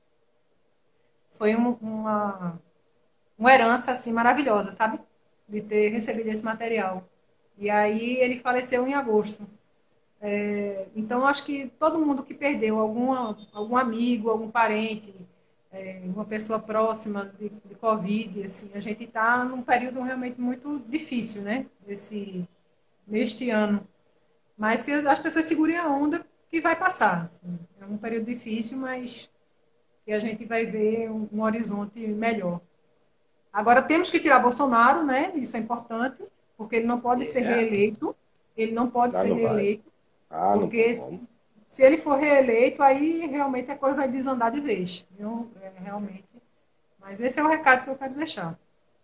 foi um, uma, uma herança, assim, maravilhosa, sabe? De ter recebido esse material. E aí ele faleceu em agosto. É, então, acho que todo mundo que perdeu alguma, algum amigo, algum parente, é, uma pessoa próxima de, de Covid, assim, a gente está num período realmente muito difícil, né? Esse, neste ano. Mas que as pessoas segurem a onda que vai passar. Assim. É um período difícil, mas que a gente vai ver um, um horizonte melhor. Agora, temos que tirar Bolsonaro, né? Isso é importante, porque ele não pode ser reeleito. Ele não pode Ah, ser não vai. reeleito. Ah, não Porque tem se, como. se ele for reeleito, aí realmente a coisa vai desandar de vez. Viu? É, realmente. Mas esse é o recado que eu quero deixar.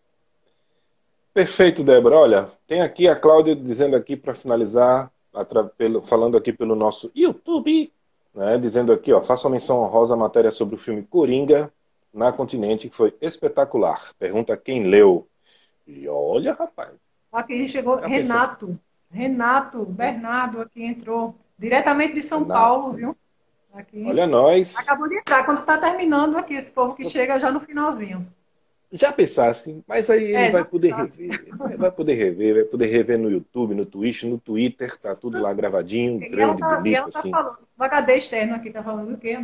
Perfeito, Débora. Olha, tem aqui a Cláudia dizendo aqui para finalizar, atra- pelo- falando aqui pelo nosso YouTube, né, dizendo aqui, ó, faça uma menção honrosa à matéria sobre o filme Coringa na Continente, que foi espetacular. Pergunta quem leu. E olha, rapaz. Aqui chegou Já pensou? Renato. Renato Bernardo aqui entrou. Diretamente de São Renato. Paulo, viu? Aqui. Olha nós. Acabou de entrar. Quando está terminando aqui, esse povo que chega já no finalzinho. Já pensasse, mas aí ele É, vai já poder pensasse. rever. Vai vai poder rever, vai poder rever no YouTube, no Twitch, no Twitter, tá tudo lá gravadinho, E ela grande, tá, e bonito, ela tá assim. falando. O H D externo aqui tá falando o quê?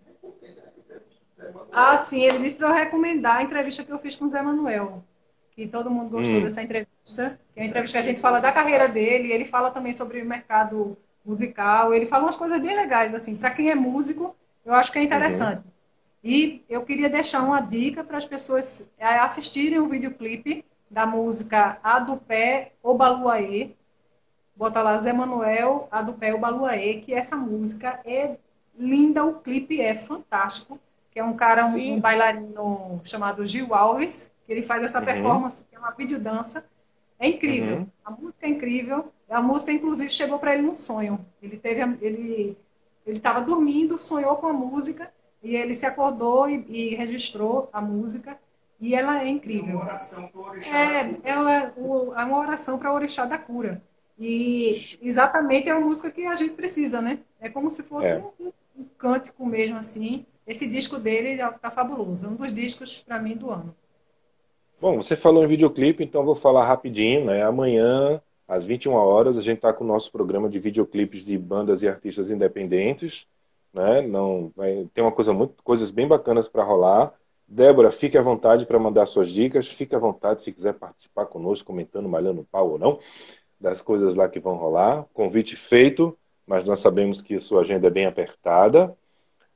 Ah, sim, ele disse para eu recomendar a entrevista que eu fiz com o Zé Manuel. Que todo mundo gostou Hum. dessa entrevista. Que é a entrevista que a gente fala da carreira dele, ele fala também sobre o mercado musical, ele fala umas coisas bem legais, assim, para quem é músico, eu acho que é interessante. E eu queria deixar uma dica para as pessoas assistirem o videoclipe da música A do Pé, O Baluaê. Bota lá Zé Manuel, A do Pé, O Baluaê, que essa música é linda, o clipe é fantástico, que é um cara, um, Sim. um bailarino chamado Gil Alves, que ele faz essa Uhum. performance, que é uma videodança. É incrível. Uhum. A música é incrível. A música, inclusive, chegou para ele num sonho. Ele teve, a- ele ele estava dormindo, sonhou com a música, e ele se acordou e, e registrou a música, e ela é incrível. É, é uma, o- é uma oração para o orixá da cura. E exatamente é uma música que a gente precisa, né? É como se fosse É. um, um cântico mesmo, assim. Esse disco dele tá fabuloso. É um dos discos, para mim, do ano. Bom, você falou em videoclipe, então vou falar rapidinho, né? Amanhã, às vinte e uma horas, a gente está com o nosso programa de videoclipes de bandas e artistas independentes, né? Não, vai, tem uma coisa muito, coisas bem bacanas para rolar. Débora, fique à vontade para mandar suas dicas, fique à vontade se quiser participar conosco, comentando, malhando o pau ou não, das coisas lá que vão rolar. Convite feito, mas nós sabemos que sua agenda é bem apertada.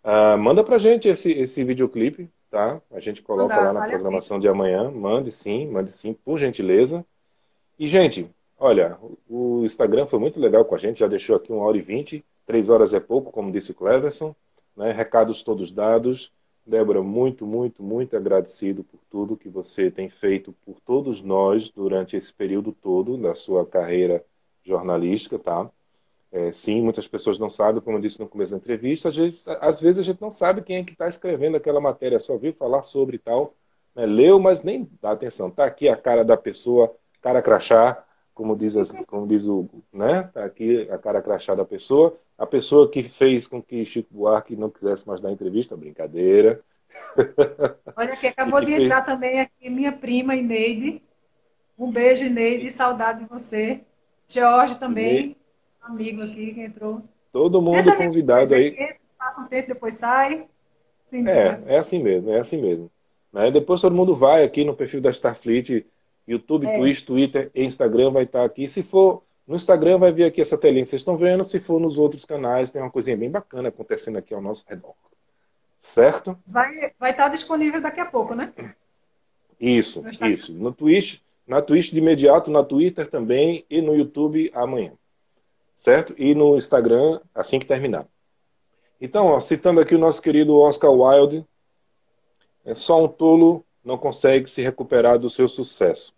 Ah, manda pra gente esse, esse videoclipe, tá? A gente coloca Mandar, lá na vale a programação de amanhã. Mande sim, mande sim, por gentileza. E, gente, olha, o Instagram foi muito legal com a gente, já deixou aqui uma hora e vinte, três horas é pouco, como disse o Cleverson, né? Recados todos dados. Débora, muito, muito, muito agradecido por tudo que você tem feito por todos nós durante esse período todo da sua carreira jornalística, tá? É, sim, muitas pessoas não sabem, como eu disse no começo da entrevista, às vezes, às vezes a gente não sabe quem é que está escrevendo aquela matéria, só viu falar sobre e tal, né? Leu, mas nem dá atenção. Tá aqui a cara da pessoa, cara crachá, como diz, as, como diz o, né? Tá aqui a cara crachá da pessoa, a pessoa que fez com que Chico Buarque não quisesse mais dar entrevista, brincadeira. Olha aqui, E acabou que de fez... entrar também aqui minha prima Ineide. Um beijo, Ineide, saudade de você. Jorge também, amigo aqui que entrou. Todo mundo Essa gente convidado aí. entra, passa um tempo, depois sai. Sim, É, é assim mesmo, é assim mesmo. Né? Depois todo mundo vai aqui no perfil da Starfleet, YouTube, é. Twitch, Twitter e Instagram vai estar aqui. Se for no Instagram, vai vir aqui essa telinha que vocês estão vendo. Se for nos outros canais, tem uma coisinha bem bacana acontecendo aqui ao nosso redor. Certo? Vai, vai estar disponível daqui a pouco, né? Isso, No Instagram. isso. No Twitch, na Twitch de imediato, na Twitter também e no YouTube amanhã. Certo? E no Instagram assim que terminar. Então, ó, citando aqui o nosso querido Oscar Wilde, é só um tolo não consegue se recuperar do seu sucesso.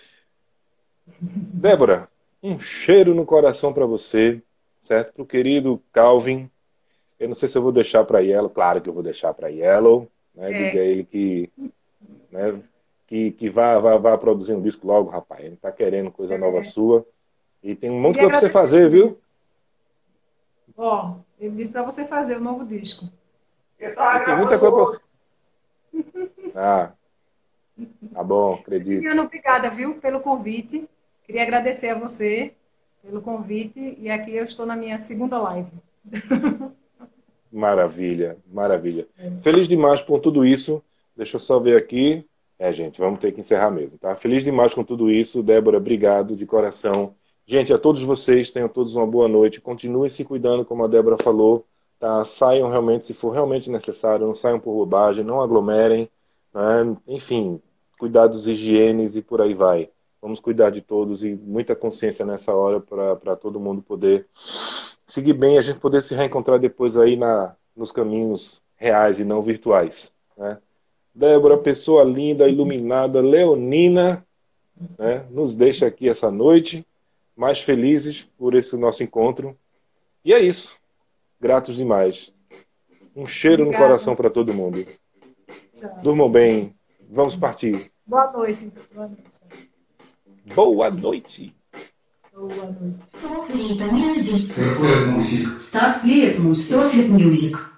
Débora, um cheiro no coração para você, certo? Pro querido Calvin. Eu não sei se eu vou deixar para Yellow, claro que eu vou deixar para Yellow, né? É. Diga a ele que, né, que, que vá, vá, vá produzir um disco logo, rapaz. Ele tá querendo coisa É. nova sua. E tem um monte de Queria coisa para você agradecer. fazer, viu? Ó, ele disse para você fazer o novo disco. E tem muita coisa para você. Ah, tá bom, acredito. Cristiano, obrigada, viu, pelo convite. Queria agradecer a você pelo convite. E aqui eu estou na minha segunda live. Maravilha, maravilha. Feliz demais com tudo isso. Deixa eu só ver aqui. É, gente, vamos ter que encerrar mesmo, tá? Feliz demais com tudo isso. Débora, obrigado de coração. Gente, a todos vocês, tenham todos uma boa noite. Continuem se cuidando, como a Débora falou. Tá? Saiam realmente, se for realmente necessário, não saiam por bobagem, não aglomerem. Né? Enfim, cuidados, higienes e por aí vai. Vamos cuidar de todos e muita consciência nessa hora para todo mundo poder seguir bem e a gente poder se reencontrar depois aí na, nos caminhos reais e não virtuais. Né? Débora, pessoa linda, iluminada, leonina, né? Nos deixa aqui essa noite, mais felizes por esse nosso encontro. E é isso. Gratos demais. Um cheiro Obrigada. no coração para todo mundo. Tchau. Durmam bem. Vamos partir. Boa noite. Boa noite. Boa noite. Boa noite. Starfleet Music. Starfleet Music. Starfleet Music. Starfleet Music.